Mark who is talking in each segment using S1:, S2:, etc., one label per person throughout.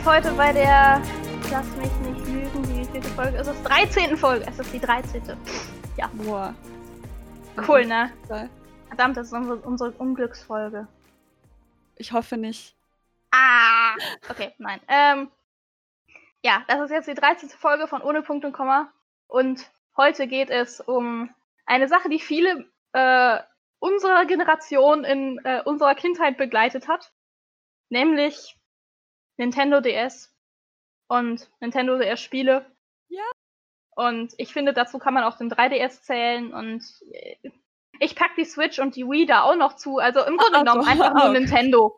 S1: heute bei der, lass mich nicht lügen, wie viele Folge ist es? 13. Folge. Es ist die 13. Ja.
S2: Boah.
S1: Cool, ne?
S2: Geil.
S1: Verdammt, das ist unsere Unglücksfolge.
S2: Ich hoffe nicht.
S1: Ah! Okay, nein. Ja, das ist jetzt die 13. Folge von Ohne Punkt und Komma. Und heute geht es um eine Sache, die viele unserer Generation in unserer Kindheit begleitet hat. Nämlich Nintendo DS und Nintendo DS-Spiele.
S2: Ja.
S1: Und ich finde, dazu kann man auch den 3DS zählen. Und ich pack die Switch und die Wii da auch noch zu. Also im Grunde genommen einfach nur
S2: okay.
S1: Nintendo.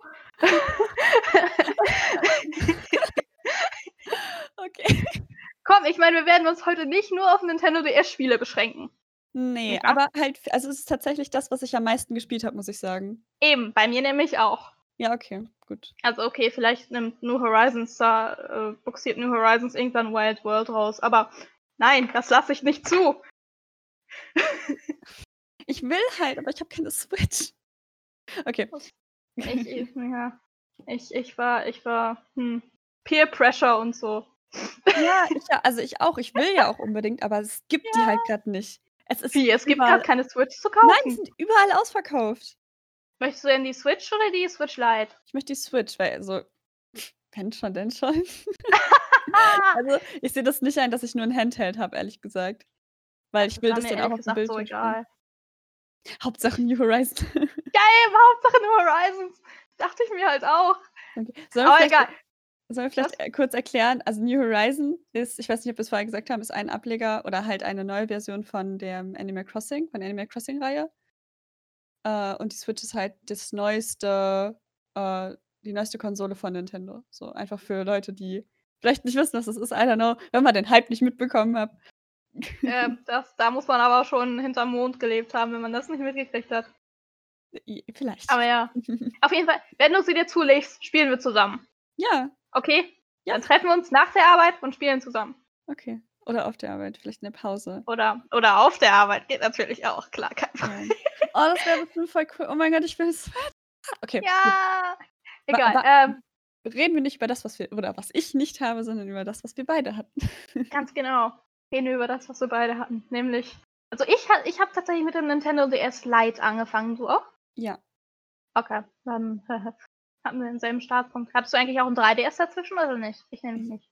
S2: Okay.
S1: Komm, ich meine, wir werden uns heute nicht nur auf Nintendo DS-Spiele beschränken.
S2: Nee,
S1: Ja.
S2: aber halt, also es ist tatsächlich das, was ich am meisten gespielt habe, muss ich sagen.
S1: Eben, bei mir nämlich auch.
S2: Ja, okay, gut.
S1: Also okay, vielleicht nimmt New Horizons da, buxiert New Horizons irgendwann Wild World raus. Aber nein, das lasse ich nicht zu.
S2: Ich will halt, aber ich habe keine Switch. Okay.
S1: Ich war Peer Pressure und so.
S2: Ja, ich auch. Ich will ja auch unbedingt, aber es gibt die halt gerade nicht.
S1: Es gibt gerade keine Switch zu kaufen?
S2: Nein, die sind überall ausverkauft.
S1: Möchtest du denn die Switch oder die Switch Lite?
S2: Ich möchte die Switch, weil so, wenn schon, denn schon. Also, ich sehe das nicht ein, dass ich nur ein Handheld habe, ehrlich gesagt. Weil ich will das dann auch auf dem Bildschirm spielen. Hauptsache New Horizons.
S1: Geil, Hauptsache New Horizons. Dachte ich mir halt auch.
S2: Okay. Sollen wir vielleicht kurz erklären? Also New Horizon ist, ich weiß nicht, ob wir es vorher gesagt haben, ist ein Ableger oder halt eine neue Version von der Animal Crossing-Reihe. Und die Switch ist halt die neueste Konsole von Nintendo. So einfach für Leute, die vielleicht nicht wissen, was das ist. I don't know, wenn man den Hype nicht mitbekommen hat.
S1: Da muss man aber schon hinterm Mond gelebt haben, wenn man das nicht mitgekriegt hat.
S2: Vielleicht.
S1: Aber ja. Auf jeden Fall, wenn du sie dir zulegst, spielen wir zusammen.
S2: Ja.
S1: Okay?
S2: Ja.
S1: Dann treffen wir uns nach der Arbeit und spielen zusammen.
S2: Okay. Oder auf der Arbeit, vielleicht in der Pause.
S1: Oder auf der Arbeit geht natürlich auch, klar, kein Problem.
S2: Oh, das wäre bestimmt voll cool. Oh mein Gott, ich will es. Okay.
S1: Ja. Egal.
S2: Reden wir nicht über das, was ich nicht habe, sondern über das, was wir beide hatten.
S1: Ganz genau. Reden wir über das, was wir beide hatten. Nämlich, also ich habe tatsächlich mit dem Nintendo DS Lite angefangen. Du auch?
S2: Ja.
S1: Okay, dann hatten wir denselben Startpunkt. Hattest du eigentlich auch einen 3DS dazwischen oder nicht? Ich nämlich nicht.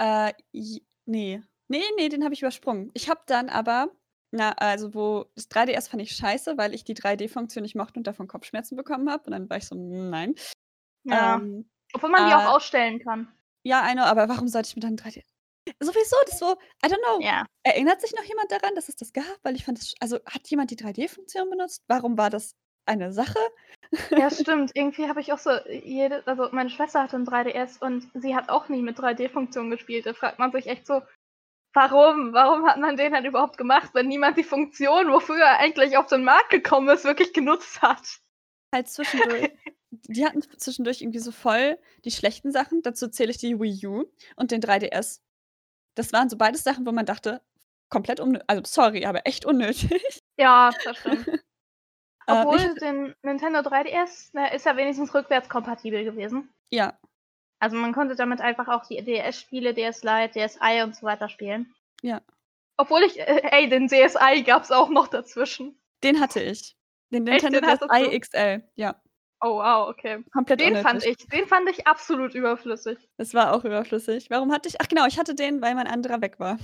S2: Nee. Nee, den habe ich übersprungen. Ich habe dann aber, wo das 3DS fand ich scheiße, weil ich die 3D-Funktion nicht mochte und davon Kopfschmerzen bekommen habe. Und dann war ich so, nein.
S1: Ja. Obwohl man die auch ausstellen kann.
S2: Ja, aber warum sollte ich mir dann 3D? Sowieso, das so, I don't know.
S1: Ja.
S2: Erinnert sich noch jemand daran, dass es das gab? Weil ich fand das, also hat jemand die 3D-Funktion benutzt? Warum war das eine Sache?
S1: Ja, stimmt. Irgendwie habe ich auch so also meine Schwester hatte ein 3DS und sie hat auch nie mit 3D-Funktion gespielt. Da fragt man sich echt so, warum? Warum hat man den halt überhaupt gemacht, wenn niemand die Funktion, wofür er eigentlich auf den Markt gekommen ist, wirklich genutzt hat?
S2: Halt zwischendurch. Die hatten zwischendurch irgendwie so voll die schlechten Sachen. Dazu zähle ich die Wii U und den 3DS. Das waren so beides Sachen, wo man dachte, komplett unnötig. Also, sorry, aber echt unnötig.
S1: Ja, das stimmt. Obwohl, den Nintendo 3DS, ist ja wenigstens rückwärtskompatibel gewesen.
S2: Ja.
S1: Also man konnte damit einfach auch die DS-Spiele, DS Lite, DSi und so weiter spielen.
S2: Ja.
S1: Obwohl den DSi gab's auch noch dazwischen.
S2: Den hatte ich. Den Nintendo DSi XL, ja.
S1: Oh wow, okay.
S2: Komplett
S1: unnötig. Den fand ich absolut überflüssig.
S2: Das war auch überflüssig. Warum hatte ich? Ach genau, ich hatte den, weil mein anderer weg war.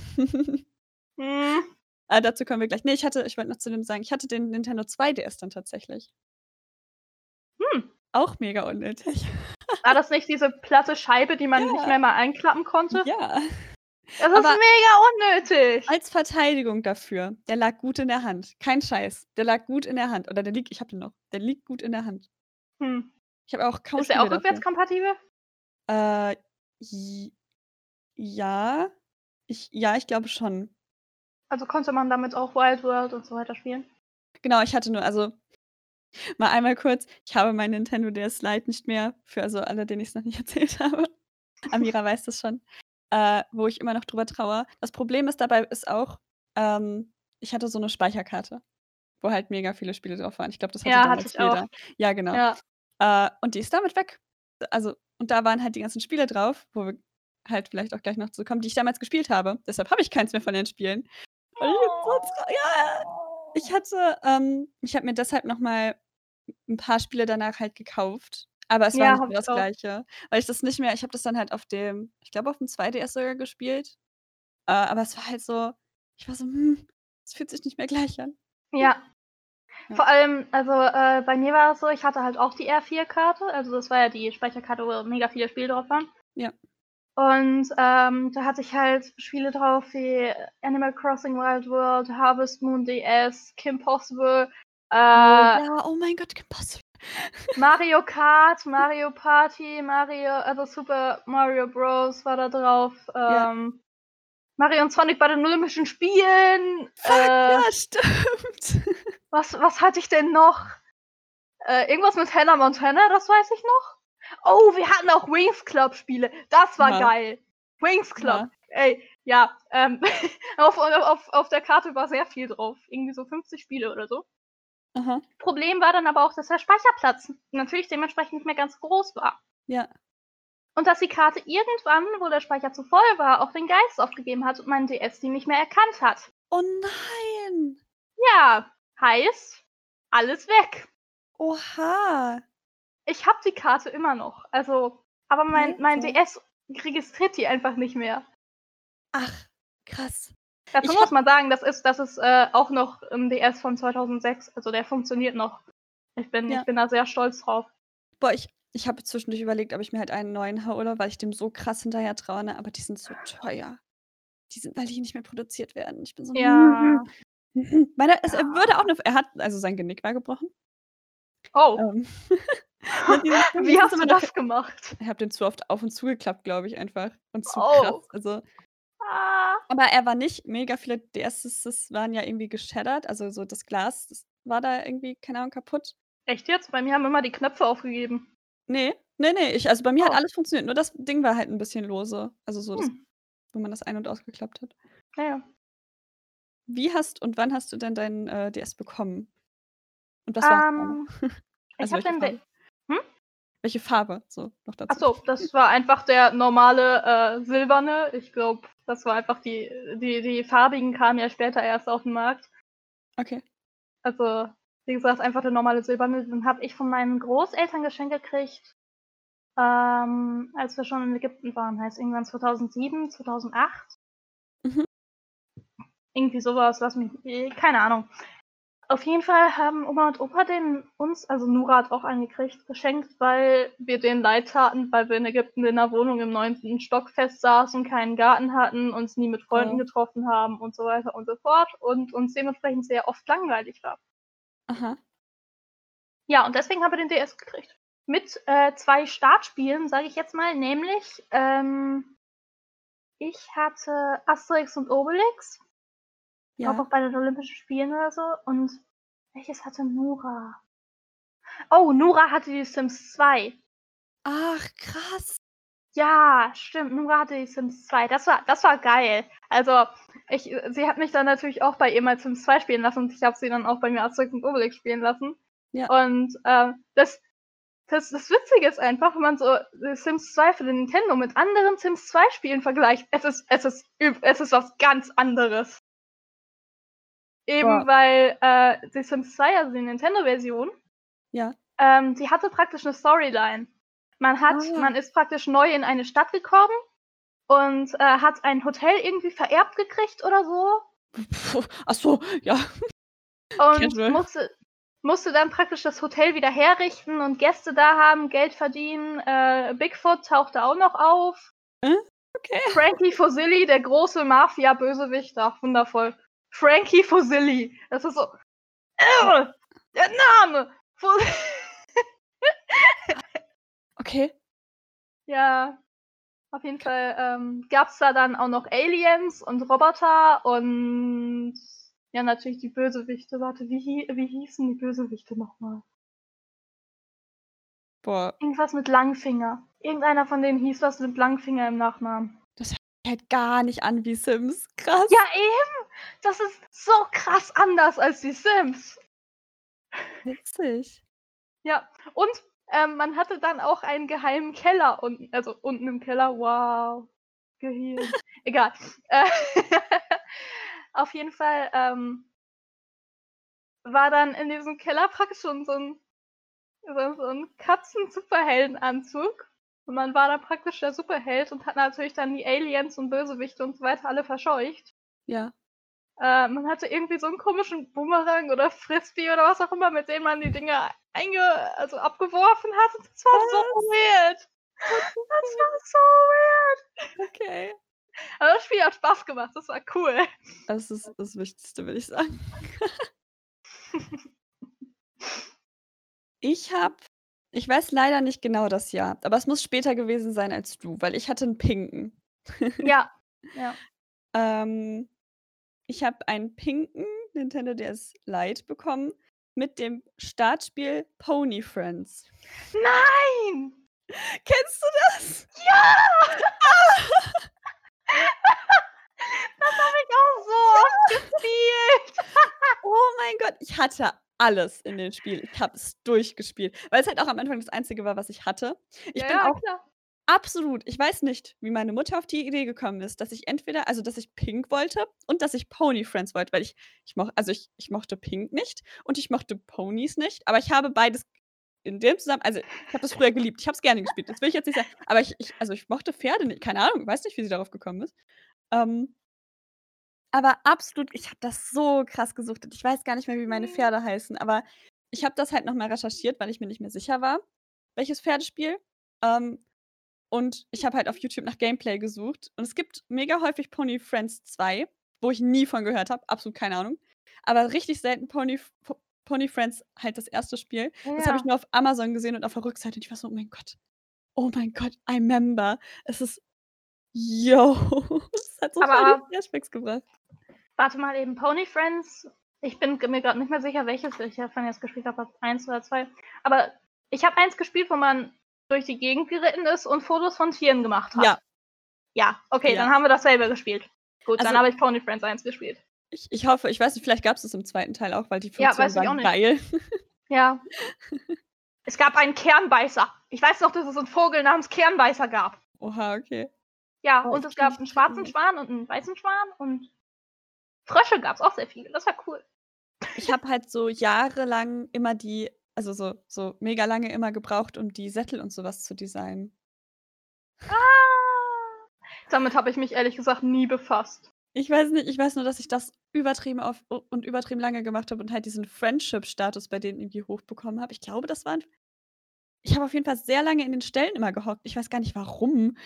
S2: Dazu kommen wir gleich. Nee, ich wollte noch zu dem sagen, ich hatte den Nintendo 2DS dann tatsächlich. Auch mega unnötig.
S1: War das nicht diese platte Scheibe, die man nicht mehr mal einklappen konnte?
S2: Ja.
S1: Das ist mega unnötig.
S2: Als Verteidigung dafür, der lag gut in der Hand. Kein Scheiß. Der lag gut in der Hand. Oder ich hab den noch. Der liegt gut in der Hand. Ich habe auch kaum.
S1: Ist der auch rückwärtskompatibel?
S2: Ja. Ich glaube schon.
S1: Also konnte man damit auch Wild World und so weiter spielen?
S2: Genau, ich hatte nur, also mal einmal kurz, ich habe mein Nintendo DS Lite nicht mehr, für alle, denen ich es noch nicht erzählt habe. Amira weiß das schon. Wo ich immer noch drüber trauere. Das Problem dabei ist auch, ich hatte so eine Speicherkarte, wo halt mega viele Spiele drauf waren. Ich glaube, das hatte damals jeder. Ja, genau.
S1: Ja.
S2: Und die ist damit weg. Also Und da waren halt die ganzen Spiele drauf, wo wir halt vielleicht auch gleich noch zu kommen, die ich damals gespielt habe. Deshalb habe ich keins mehr von den Spielen. Weil ich jetzt so ja, ich habe mir deshalb noch mal 'n paar Spiele danach halt gekauft, aber es war
S1: Ja,
S2: nicht
S1: habe
S2: mehr
S1: ich
S2: das
S1: auch.
S2: Gleiche, weil ich habe das dann halt ich glaube, auf'm 2DS sogar gespielt, aber es war halt so ich war so: es fühlt sich nicht mehr gleich an.“
S1: Ja.
S2: Ja.
S1: Vor allem, also, bei mir war es so, ich hatte halt auch die R4-Karte, also das war ja die Speicherkarte, wo mega viele Spiele drauf waren.
S2: Ja.
S1: Und, da hatte ich halt Spiele drauf wie Animal Crossing Wild World, Harvest Moon DS, Kim Possible,
S2: Oh ja, oh mein Gott, Kim Possible.
S1: Mario Kart, Mario Party, also Super Mario Bros. War da drauf,
S2: Ja.
S1: Mario und Sonic bei den Olympischen Spielen,
S2: Fuck, ja, stimmt.
S1: was hatte ich denn noch? Irgendwas mit Hannah Montana, das weiß ich noch. Oh, wir hatten auch Winx Club Spiele. Das war
S2: Aha,
S1: geil. Winx Club.
S2: aha,
S1: Ey, ja, auf der Karte war sehr viel drauf. Irgendwie so 50 Spiele oder so.
S2: aha,
S1: Problem war dann aber auch, dass der Speicherplatz natürlich dementsprechend nicht mehr ganz groß war.
S2: ja.
S1: Und dass die Karte irgendwann, wo der Speicher zu voll war, auch den Geist aufgegeben hat und mein DS die nicht mehr erkannt hat.
S2: Oh nein.
S1: Ja, heißt, alles weg.
S2: Oha.
S1: Ich habe die Karte immer noch. Also, aber mein
S2: Scheiße.
S1: DS registriert die einfach nicht mehr.
S2: Ach, krass.
S1: Dazu
S2: Ich
S1: muss
S2: habe
S1: man sagen, das ist auch noch 'n DS von 2006. Also, der funktioniert noch. Ich
S2: ja.
S1: bin da sehr stolz drauf.
S2: Boah, ich habe zwischendurch überlegt, ob ich mir halt einen neuen hole, weil ich dem so krass hinterher traue, ne, aber die sind so teuer. Weil die nicht mehr produziert werden. Ich bin so:
S1: Ja,
S2: Er würde auch
S1: ja.
S2: noch also sein Genick war gebrochen.
S1: Oh,
S2: Ähm, ne, die
S1: wie
S2: sind
S1: hast
S2: immer
S1: du
S2: noch
S1: das gemacht?
S2: ich habe den zu oft auf und zugeklappt, glaube ich einfach und zu krass.
S1: Oh.
S2: Also
S1: Ah.
S2: aber er war nicht mega viele DSs waren ja irgendwie geshattert, also so das Glas, das war da irgendwie, keine Ahnung, kaputt.
S1: Echt jetzt? Bei mir haben immer die Knöpfe aufgegeben.
S2: Ne, ne, also bei mir hat
S1: Oh.
S2: alles funktioniert, nur das Ding war halt 'n bisschen lose. Also so
S1: Hm.
S2: das wo man das ein und ausgeklappt hat.
S1: Ja, ja.
S2: Wie hast und wann hast du denn deinen, DS bekommen? Und was war's für einer?
S1: Ähm, ich
S2: Also
S1: habe
S2: welche
S1: den
S2: Farbe?
S1: hm?
S2: Welche Farbe? So, noch
S1: Ach
S2: dazu.
S1: so, das war einfach der normale, silberne. Ich glaube, das war einfach die farbigen kamen ja später erst auf 'n Markt.
S2: Okay.
S1: Also, wie gesagt, einfach der normale silberne. Den habe ich von meinen Großeltern geschenkt gekriegt, als wir schon in Ägypten waren. Heißt irgendwann 2007, 2008.
S2: Mhm.
S1: Irgendwie so was, keine Ahnung. Auf jeden Fall haben Oma und Opa den uns, also Nora hat auch einen gekriegt, geschenkt, weil wir denen leid taten, weil wir in Ägypten in 'ner Wohnung im 9. Stock festsaßen, keinen Garten hatten, uns nie mit Freunden
S2: Oh.
S1: getroffen haben und so weiter und so fort und uns dementsprechend sehr oft langweilig war.
S2: Aha.
S1: Ja, und deswegen haben wir den DS gekriegt. Mit, 2 Startspielen, sage ich jetzt mal, nämlich, ich hatte Asterix und Obelix, glaube
S2: Ja.
S1: auch bei den Olympischen Spielen oder so. Und welches hatte Nora? Oh, Nora hatte die Sims 2.
S2: Ach, krass.
S1: Ja, stimmt, Nora hatte die Sims 2. Das war geil. Also, sie hat mich dann natürlich auch bei ihr mal Sims 2 spielen lassen und ich habe sie dann auch bei mir Asterix und Obelix spielen lassen.
S2: Ja.
S1: Und, das Witzige ist einfach, wenn man so Sims 2 für den Nintendo mit anderen Sims 2 Spielen vergleicht, es ist was ganz anderes. Eben
S2: Boah,
S1: weil, die Sims 2, also die Nintendo-Version,
S2: ja.
S1: die hatte praktisch 'ne Storyline.
S2: Ah.
S1: Man ist praktisch neu in eine Stadt gekommen und, hat ein Hotel irgendwie vererbt gekriegt oder so
S2: Ach so, ja,
S1: und
S2: casual.
S1: musste dann praktisch das Hotel wieder herrichten und Gäste da haben, Geld verdienen. Bigfoot tauchte auch noch auf.
S2: Äh, okay.
S1: Frankie Fosilli, der große Mafia-Bösewicht, ach wundervoll. Frankie Fosilli, das ist so, der Name! Fo
S2: Okay.
S1: Ja, auf jeden Fall, gab's da dann auch noch Aliens und Roboter und ja, natürlich die Bösewichte. Warte, wie hießen die Bösewichte noch mal?
S2: Boah,
S1: Irgendwas mit Langfinger. Irgendeiner von denen hieß was mit Langfinger im Nachnamen.
S2: das hört sich halt gar nicht an wie Sims.
S1: Ja,
S2: Krass.
S1: eben! Das ist so krass anders als die Sims.
S2: Witzig.
S1: Ja, und Man hatte dann auch einen geheimen Keller unten, also unten im Keller. Wow, Gehirn. Egal. Äh, auf jeden Fall war dann in diesem Keller praktisch schon so ein Katzen-Superheldenanzug. Und man war dann praktisch der Superheld und hat natürlich dann die Aliens und Bösewichte und so weiter alle verscheucht.
S2: Ja.
S1: Man hatte irgendwie so einen komischen Boomerang oder Frisbee oder was auch immer, mit dem man die Dinger abgeworfen hat. Und das war so weird. Das war so weird.
S2: Okay.
S1: Aber das Spiel hat Spaß gemacht. Das war cool.
S2: Das ist das Wichtigste, würde ich sagen. Ich weiß leider nicht genau das Jahr, aber es muss später gewesen sein als du, weil ich hatte einen pinken.
S1: Ja. Ja.
S2: Ich habe einen pinken Nintendo DS Lite bekommen mit dem Startspiel Pony Friends.
S1: Nein!
S2: Kennst du das?
S1: Ja! Das habe ich auch so oft gespielt.
S2: Oh mein Gott, ich hatte alles in dem Spiel. Ich habe es durchgespielt, weil es halt auch am Anfang das Einzige war, was ich hatte. Ich bin
S1: Ja,
S2: auch
S1: klar.
S2: absolut ich weiß nicht, wie meine Mutter auf die Idee gekommen ist, dass ich dass ich Pink wollte und dass ich Pony Friends wollte, weil ich mochte Pink nicht und ich mochte Ponys nicht, aber ich habe beides in dem ich habe das früher geliebt. Ich habe es gerne gespielt, das will ich jetzt nicht sagen, aber ich mochte Pferde nicht. Keine Ahnung, weiß nicht, wie sie darauf gekommen ist. Ähm, aber absolut, ich habe das so krass gesuchtet. Ich weiß gar nicht mehr, wie meine Pferde heißen, aber ich habe das halt noch mal recherchiert, weil ich mir nicht mehr sicher war, welches Pferdespiel. Ähm, und ich habe halt auf YouTube nach Gameplay gesucht und es gibt mega häufig Pony Friends 2, wo ich nie von gehört habe, absolut keine Ahnung. Aber richtig selten Pony Friends halt das erste Spiel. Das habe ich
S1: Ja.
S2: nur auf Amazon gesehen und auf der Rückseite und ich war so: Oh mein Gott, I remember. Es ist yo, das hat so voll die
S1: Aber
S2: Flashbacks gebracht.
S1: warte mal eben, Pony Friends. Ich bin mir gerade nicht mehr sicher, welches ich davon jetzt gespielt habe, 1 oder 2. Aber ich habe eins gespielt, wo man durch die Gegend geritten ist und Fotos von Tieren gemacht hat.
S2: Ja.
S1: Ja, okay,
S2: Ja.
S1: dann haben wir dasselbe gespielt. Gut, dann
S2: Also
S1: habe ich Pony Friends 1 gespielt.
S2: ich hoffe, ich weiß nicht, vielleicht gab's das im zweiten Teil auch, weil die
S1: Ja,
S2: Funktionen
S1: weiß ich auch
S2: waren
S1: nicht.
S2: geil.
S1: Ja. Es gab einen Kernbeißer. Ich weiß noch, dass es einen Vogel namens Kernbeißer gab.
S2: Oha, okay.
S1: Ja,
S2: Oh,
S1: und
S2: ich
S1: es
S2: kann
S1: gab
S2: mich
S1: einen
S2: nicht
S1: schwarzen
S2: erinnern.
S1: Schwan und einen weißen Schwan und Frösche gab's auch sehr viele. Das war cool.
S2: Ich habe halt so jahrelang immer so mega lange immer gebraucht, um die Sättel und so was zu designen.
S1: Damit habe ich mich ehrlich gesagt nie befasst.
S2: Ich weiß nicht, ich weiß nur, dass ich das übertrieben lange gemacht habe und halt diesen Friendship-Status bei denen irgendwie hochbekommen habe. Ich glaube, ich habe auf jeden Fall sehr lange in den Ställen immer gehockt. Ich weiß gar nicht warum.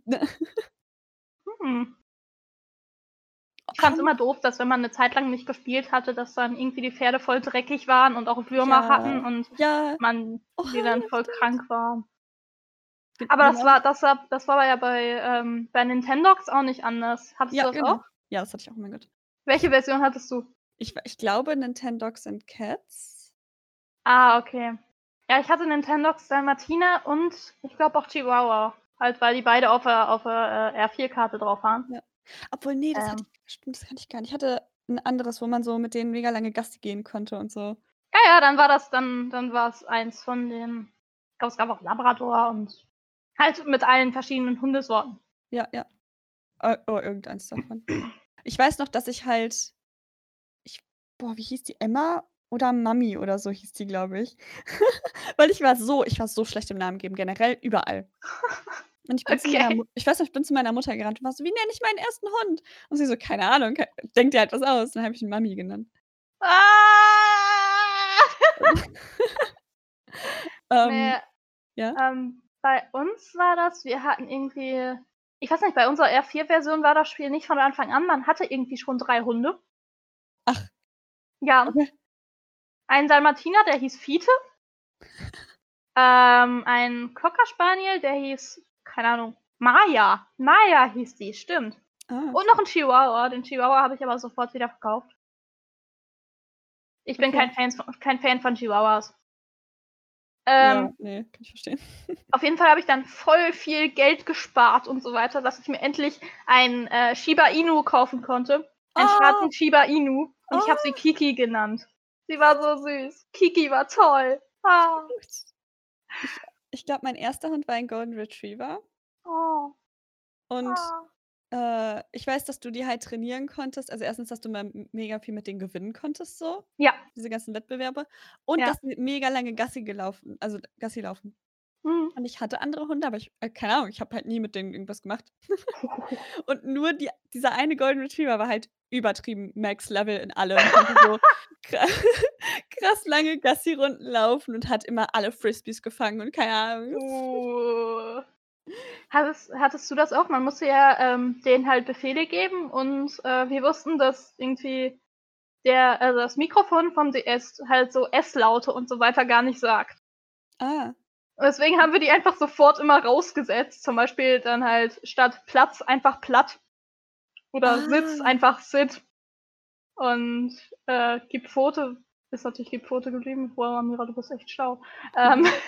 S1: Ich fand's immer doof, dass wenn man 'ne Zeit lang nicht gespielt hatte, dass dann irgendwie die Pferde voll dreckig waren und auch Würmer hatten und
S2: Ja.
S1: die dann
S2: ja,
S1: voll
S2: stimmt.
S1: krank waren.
S2: Gen
S1: Aber
S2: genau.
S1: das war ja bei Nintendogs auch nicht anders. Hattest du
S2: Ja,
S1: das
S2: genau.
S1: auch?
S2: Ja, das hatte ich auch. Oh mein Gott.
S1: Welche Version hattest du?
S2: Ich glaube Nintendogs and Cats.
S1: Ah, okay. Ja, ich hatte Nintendogs Dalmatiner und ich glaube auch Chihuahua. Halt, weil die beide auf der R4-Karte drauf waren.
S2: Ja. Obwohl, nee, das hatte ich stimmt, das kannte ich gar nicht. Ich hatte 'n anderes, wo man so mit denen mega lange Gassi gehen konnte und so.
S1: Ja, dann war's eins von den ich glaube, es gab auch Labrador und halt mit allen verschiedenen Hundesorten.
S2: Ja, ja. Irgendeins davon. Ich weiß noch, dass ich halt wie hieß die? Emma oder Mami oder so hieß die, glaube ich. Weil ich war so schlecht im Namen geben, generell überall. Und ich bin
S1: Okay.
S2: ich bin zu meiner Mutter gerannt und war so: „Wie nenne ich meinen ersten Hund?“ Und sie so: „Keine Ahnung, denk dir halt was aus.“ Dann habe ich ihn Mami genannt.
S1: Ah!
S2: Ähm,
S1: Ne,
S2: ja?
S1: bei uns war das wir hatten irgendwie ich weiß nicht, bei unserer R4-Version war das Spiel nicht von Anfang an. Man hatte irgendwie schon 3 Hunde.
S2: Ach,
S1: Ja,
S2: okay.
S1: einen Dalmatiner, der hieß Fiete. Ein Cocker Spaniel, der hieß, keine Ahnung, Maya. Maya hieß die, stimmt.
S2: Ah,
S1: Und noch 'n Chihuahua. Den Chihuahua habe ich aber sofort wieder verkauft. Ich bin
S2: okay.
S1: kein Fan von Chihuahuas.
S2: Ja, ne, kann ich verstehen.
S1: Auf jeden Fall habe ich dann voll viel Geld gespart und so weiter, dass ich mir endlich einen, Shiba Inu kaufen konnte. Einen
S2: Oh,
S1: schwarzen Shiba Inu. Und ich habe sie
S2: oh,
S1: Kiki genannt. Sie war so süß. Kiki war toll. Ah.
S2: gut. Ich ich glaube, mein erster Hund war ein Golden Retriever
S1: Oh.
S2: und,
S1: Ah.
S2: ich weiß, dass du die halt trainieren konntest. Also, erstens, dass du mal mega viel mit denen gewinnen konntest so,
S1: Ja,
S2: diese ganzen Wettbewerbe und
S1: ja.
S2: dass sie mega lange Gassi laufen.
S1: Mhm.
S2: Und ich hatte andere Hunde, aber keine Ahnung, ich habe halt nie mit denen irgendwas gemacht. Und nur dieser eine Golden Retriever war halt übertrieben Max Level in allem, konnte so kra krass lange Gassi-Runden laufen und hat immer alle Frisbees gefangen und keine Ahnung.
S1: Uh. Hattest du das auch? Man musste ja, denen halt Befehle geben und, wir wussten, dass irgendwie das Mikrofon vom DS halt so S-Laute und so weiter gar nicht sagt.
S2: Ah,
S1: Und deswegen haben wir die einfach sofort immer rausgesetzt. Zum Beispiel dann halt statt Platz einfach platt oder Sitz
S2: ah.
S1: einfach Sit. Und, gib Pfote ist natürlich gib Pfote geblieben. Wow, Amira, du bist echt schlau. Ähm,
S2: Mhm.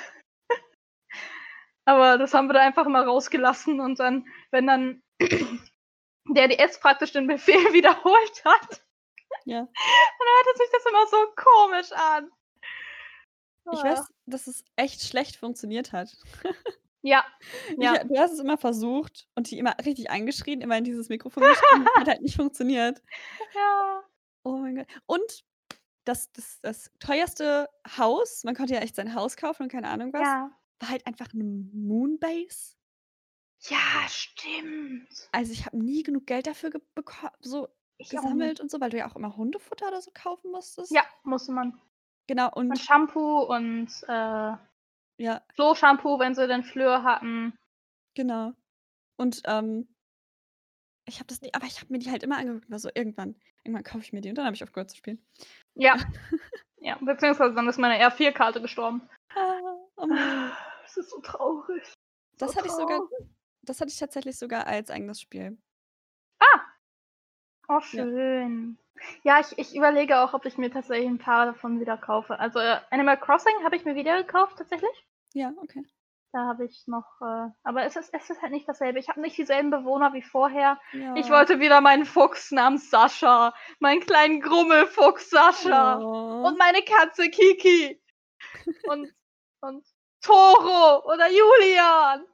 S1: aber das haben wir da einfach immer rausgelassen und dann, wenn dann der DS praktisch den Befehl wiederholt hat,
S2: Ja.
S1: dann hörte sich das immer so komisch an.
S2: Ich
S1: Ah.
S2: weiß, dass es echt schlecht funktioniert hat.
S1: Ja, ja,
S2: Du hast es immer versucht und die immer richtig angeschrien, immer in dieses Mikrofon geschrien. Das hat halt nicht funktioniert.
S1: ja,
S2: Oh mein Gott. Und das teuerste Haus, man konnte ja echt sein Haus kaufen und keine Ahnung was,
S1: ja.
S2: war halt einfach 'ne Moonbase.
S1: Ja, stimmt.
S2: Also, ich habe nie genug Geld dafür so
S1: Ich auch nicht.
S2: gesammelt und so, weil du ja auch immer Hundefutter oder so kaufen
S1: Ja,
S2: musstest.
S1: musste man.
S2: Genau
S1: Und
S2: und
S1: Shampoo und,
S2: ja,
S1: Flohshampoo, wenn sie denn Flöhe hatten.
S2: genau. Und, ich habe das nie aber ich habe mir die halt immer angeguckt und war so: „Irgendwann kaufe ich mir die." Und dann habe ich aufgehört zu spielen.
S1: Ja, ja, beziehungsweise dann ist meine R4-Karte gestorben.
S2: Ah, oh Mann.
S1: Ah, es ist so traurig, so
S2: Das hatte ich sogar
S1: traurig.
S2: das hatte ich tatsächlich sogar als eigenes Spiel.
S1: Ah, oh
S2: Ja.
S1: schön. Ja, ich überlege auch, ob ich mir tatsächlich 'n paar davon wieder kaufe. Also, Animal Crossing habe ich mir wieder gekauft tatsächlich.
S2: Ja, okay.
S1: Da habe ich noch, aber es ist halt nicht dasselbe. Ich habe nicht dieselben Bewohner wie vorher. Ich
S2: Ja.
S1: wollte wieder meinen Fuchs namens Sascha, meinen kleinen Grummelfuchs Sascha
S2: Oh.
S1: und meine Katze Kiki und und Toro oder Julian.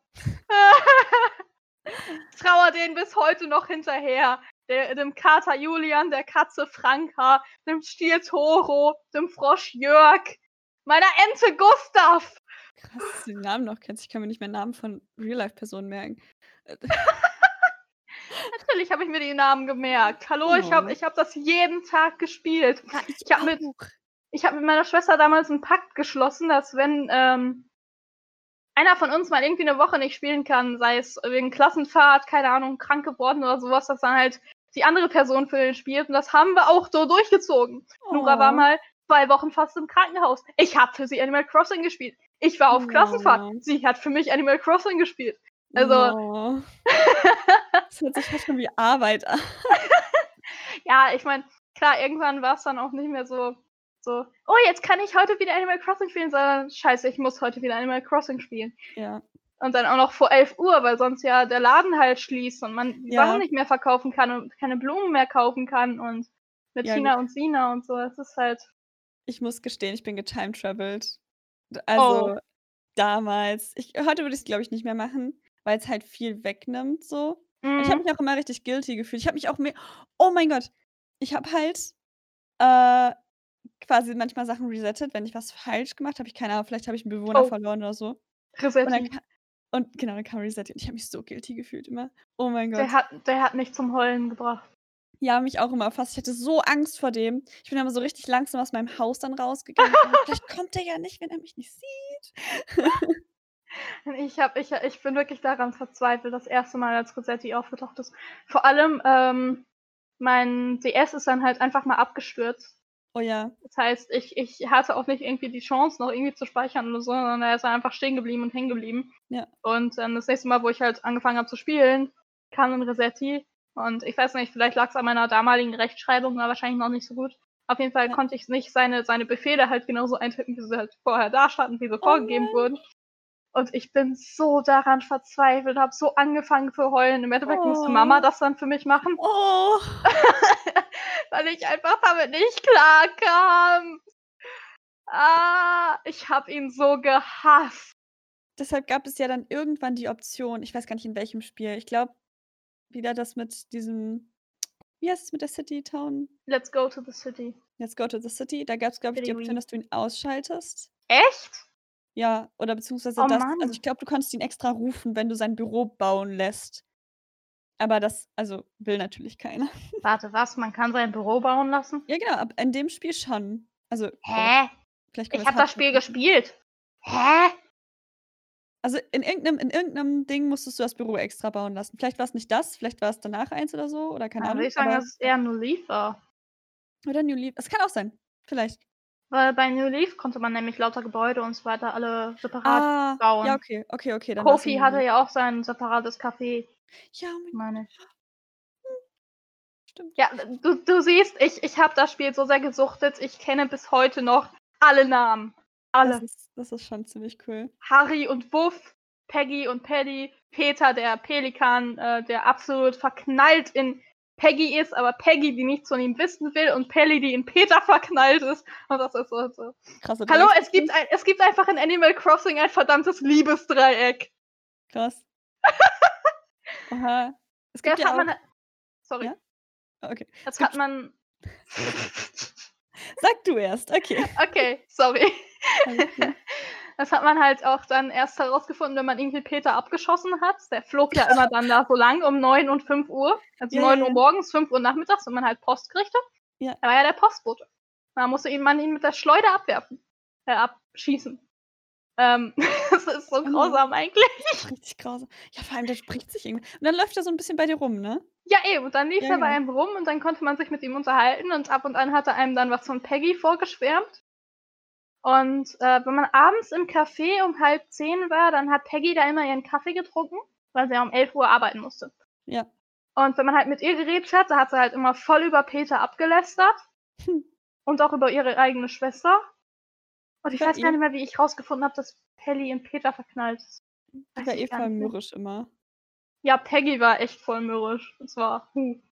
S1: Ich trauere denen bis heute noch hinterher. Dem Kater Julian, der Katze Franka, dem Stier Toro, dem Frosch Jörg, meiner Ente Gustav.
S2: Krass, dass du den Namen noch kennst. Ich kann mir nicht mehr Namen von Real-Life-Personen merken. Äh,
S1: Natürlich habe ich mir die Namen gemerkt. Hallo, ich habe
S2: oh.
S1: ich habe das jeden Tag gespielt.
S2: Ja, ich
S1: Ich habe mit
S2: auch.
S1: ich habe mit meiner Schwester damals 'n Pakt geschlossen, dass wenn, einer von uns mal irgendwie 'ne Woche nicht spielen kann, sei es wegen Klassenfahrt, keine Ahnung, krank geworden oder so was, dass dann halt die andere Person für den spielt und das haben wir auch so durchgezogen. Nora war
S2: Oh.
S1: mal 2 Wochen fast im Krankenhaus. Ich habe für sie Animal Crossing gespielt. Ich war auf Klassenfahrt.
S2: Oh.
S1: Sie hat für mich Animal Crossing gespielt. Also
S2: Oh. Das hört sich fast schon wie Arbeit an.
S1: ja, ich meine, klar, irgendwann war's dann auch nicht mehr so: „Oh, jetzt kann ich heute wieder Animal Crossing spielen", sondern: „Scheiße, ich muss heute wieder Animal Crossing spielen."
S2: Ja.
S1: Und dann auch noch vor 11 Uhr, weil sonst ja der Laden halt schließt und man die Sachen
S2: Ja,
S1: nicht mehr verkaufen kann und keine Blumen mehr kaufen kann und mit
S2: ja gut.
S1: Tina und Sina und so. Es ist halt
S2: Ich muss gestehen, ich bin getimetaravelt.
S1: oh,
S2: Also, damals. Heute würde ich's, glaube ich, nicht mehr machen, weil's halt viel wegnimmt so. Und ich habe
S1: mhm.
S2: mich auch immer richtig guilty gefühlt. Ich habe mich auch oh mein Gott, ich habe halt, äh, quasi manchmal Sachen resettet, wenn ich was falsch gemacht habe. Keine Ahnung, vielleicht habe ich 'n Bewohner
S1: Oh,
S2: verloren oder so. Und dann
S1: Resetti.
S2: ka und genau, dann kam Resetty und ich habe mich so guilty gefühlt immer. Oh mein
S1: Der
S2: Gott.
S1: hat der hat mich zum Heulen gebracht.
S2: Ja, mich auch immer fast. Ich hatte so Angst vor dem. Ich bin immer so richtig langsam aus meinem Haus dann rausgegangen. Vielleicht kommt er ja nicht, wenn er mich nicht sieht.
S1: Ich bin wirklich daran verzweifelt, das erste Mal, als Resetti aufgetaucht ist. Vor allem, mein DS ist dann halt einfach mal abgestürzt.
S2: Oh ja,
S1: Das heißt, ich hatte auch nicht irgendwie die Chance, noch irgendwie zu speichern oder so, sondern er ist einfach stehen geblieben und hängen geblieben.
S2: ja,
S1: Und dann das nächste Mal, wo ich halt angefangen habe zu spielen, kam dann Resetti und ich weiß nicht, vielleicht lag's an meiner damaligen Rechtschreibung, war wahrscheinlich noch nicht so gut. Auf jeden Fall
S2: ja.
S1: konnte ich nicht seine Befehle halt genauso eintippen, wie sie halt vorher da standen, wie sie
S2: Oh
S1: vorgegeben
S2: nein.
S1: wurden. Und ich bin so daran verzweifelt, habe so angefangen zu heulen. Im Endeffekt musste Mama
S2: Oh.
S1: das dann für mich machen,
S2: Oh.
S1: weil ich einfach damit nicht klarkam. Ich habe ihn so gehasst.
S2: deshalb gab es ja dann irgendwann die Option, ich weiß gar nicht in welchem Spiel. Ich glaube, wieder das mit diesem wie heißt es mit der City Town?
S1: Let's go to the city.
S2: Let's go to the City. Da gab's, glaube ich, die
S1: City
S2: Option,
S1: Re.
S2: dass du ihn ausschaltest.
S1: Echt?
S2: Ja, oder beziehungsweise
S1: Oh
S2: das also, ich
S1: Mann.
S2: glaube, du konntest ihn extra rufen, wenn du sein Büro bauen lässt. Aber das also, will natürlich keiner.
S1: Warte, was? Man kann sein Büro bauen lassen?
S2: Ja, genau, ab in dem Spiel schon. Also, boah,
S1: Hä?
S2: vielleicht können
S1: Ich
S2: wir's
S1: habe das
S2: hart
S1: Spiel
S2: vertiefen.
S1: gespielt. Hä?
S2: Also, in irgend 'nem Ding musstest du das Büro extra bauen lassen. Vielleicht war's nicht das, vielleicht war's danach eins oder so oder keine
S1: Dann würde
S2: Ahnung,
S1: ich sagen,
S2: aber
S1: dass es
S2: ja.
S1: eher New Leaf war.
S2: Oder New Leaf. Es kann auch sein. Vielleicht.
S1: Weil bei New Leaf konnte man nämlich lauter Gebäude und so weiter alle separat
S2: Ah, ja,
S1: bauen.
S2: okay, okay, okay, dann war's in
S1: Kofi
S2: New
S1: hatte
S2: Leaf.
S1: ja auch sein separates Café,
S2: Ja, oh mein Gott,
S1: meine ich.
S2: stimmt.
S1: Ja, du siehst, ich habe das Spiel so sehr gesuchtet, ich kenne bis heute noch alle Namen. Alle.
S2: Das ist schon ziemlich cool.
S1: Harry und Wuff, Peggy und Paddy, Peter, der Pelikan, der absolut verknallt in Peggy ist, aber Peggy, die nichts von ihm wissen will, und Pelly, die in Peter verknallt ist. Und das ist so.
S2: Krasse
S1: Hallo, es gibt,
S2: Dreiecksbeziehung.
S1: es gibt einfach in Animal Crossing ein verdammtes Liebesdreieck.
S2: Krass. Oha. Es gibt
S1: Das hat
S2: ja auch
S1: man. Sorry.
S2: ja? Okay.
S1: Das
S2: Es
S1: hat
S2: gibt
S1: man.
S2: sag du erst, okay.
S1: Okay, sorry.
S2: Alles gut.
S1: Das hat man halt auch dann erst herausgefunden, wenn man irgendwie Peter abgeschossen hat. Der flog ja immer dann da so lang um 9 und 5 Uhr. Also
S2: Ja, ja,
S1: 9 Uhr
S2: ja.
S1: morgens, 5 Uhr nachmittags, wenn man halt Post kriegte.
S2: Ja.
S1: Er war ja der Postbote. Da musste man ihn mit der Schleuder abwerfen. Abschießen. Das ist so
S2: Oh ne,
S1: grausam eigentlich.
S2: das ist richtig grausam. Ja, vor allem, der spricht sich irgendwie und dann läuft er so 'n bisschen bei dir rum, ne?
S1: Ja, eben. Und dann lief
S2: Ja,
S1: er bei
S2: genau.
S1: einem rum und dann konnte man sich mit ihm unterhalten und ab und an hat er einem dann was von Peggy vorgeschwärmt. Und, wenn man abends im Café um 9:30 war, dann hat Peggy da immer ihren Kaffee getrunken, weil sie ja um 11 Uhr arbeiten musste.
S2: Ja.
S1: Und wenn man halt mit ihr geredet hat, da hat sie halt immer voll über Peter abgelästert
S2: Hm.
S1: und auch über ihre eigene Schwester. Und
S2: Die
S1: ich
S2: war
S1: weiß gar
S2: eh
S1: nicht mehr, wie ich rausgefunden habe, dass Pelly in Peter verknallt ist.
S2: die
S1: Weiß
S2: war eh
S1: ich gar
S2: voll
S1: nicht mehr.
S2: mürrisch immer.
S1: Ja, Peggy war echt voll mürrisch. Und zwar,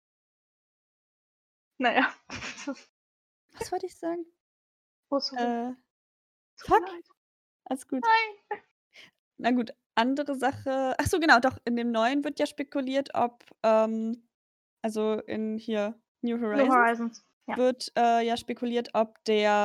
S1: na ja.
S2: Was wollte ich sagen?
S1: Oh, sorry. Tut mir
S2: Fuck,
S1: leid.
S2: alles gut.
S1: Nein.
S2: Na gut, andere Sache ach so, genau, doch, in dem Neuen wird ja spekuliert, ob, also in hier New
S1: New
S2: Horizons
S1: Horizons. Ja.
S2: wird, ja spekuliert, ob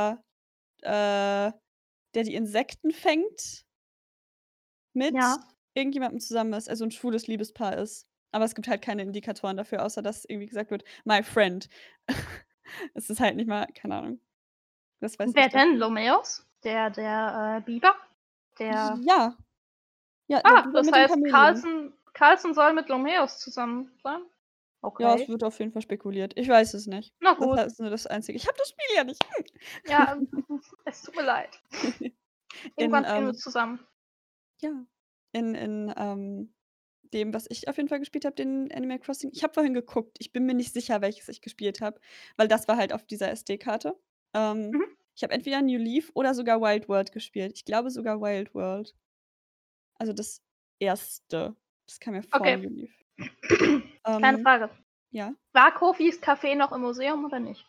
S2: der die Insekten fängt mit
S1: Ja.
S2: irgendjemandem zusammen ist, also 'n schwules Liebespaar ist. Aber es gibt halt keine Indikatoren dafür, außer dass irgendwie gesagt wird: „My friend." Es ist halt nicht mal keine Ahnung. Das weiß
S1: Wer
S2: ich
S1: denn?
S2: dafür.
S1: Lomeos? Der Biber? Der
S2: Ja, ja, der Biber
S1: das
S2: mit dem
S1: heißt,
S2: Chamäleon.
S1: Carlson soll mit Lomeos zusammen sein?
S2: Ja, es
S1: Okay.
S2: wird auf jeden Fall spekuliert. Ich weiß es nicht.
S1: Na
S2: Das
S1: gut.
S2: ist nur das Einzige. Ich habe das Spiel ja nicht.
S1: Ja, es tut mir leid.
S2: In,
S1: Irgendwann spielen wir zusammen.
S2: ja, dem, was ich auf jeden Fall gespielt habe, den Animal Crossing ich habe vorhin geguckt. Ich bin mir nicht sicher, welches ich gespielt habe, weil das war halt auf dieser SD-Karte.
S1: Mhm.
S2: Ich habe entweder New Leaf oder sogar Wild World gespielt. Ich glaube sogar Wild World. Also das erste. Das kam ja vor
S1: Okay.
S2: New Leaf.
S1: Keine Frage.
S2: Ja,
S1: War Kofis Café noch im Museum oder nicht?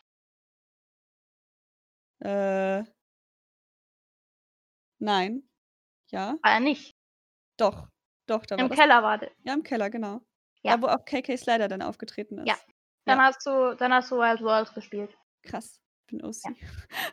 S2: äh, nein. Ja,
S1: War er nicht.
S2: doch. Doch, da war
S1: Im
S2: das
S1: Keller war der.
S2: ja, im Keller, genau.
S1: Ja,
S2: Da, wo auch KK Slider dann aufgetreten
S1: ja.
S2: ist.
S1: Dann
S2: Ja,
S1: hast du Wild World gespielt.
S2: krass. Bin
S1: Ja.
S2: OC.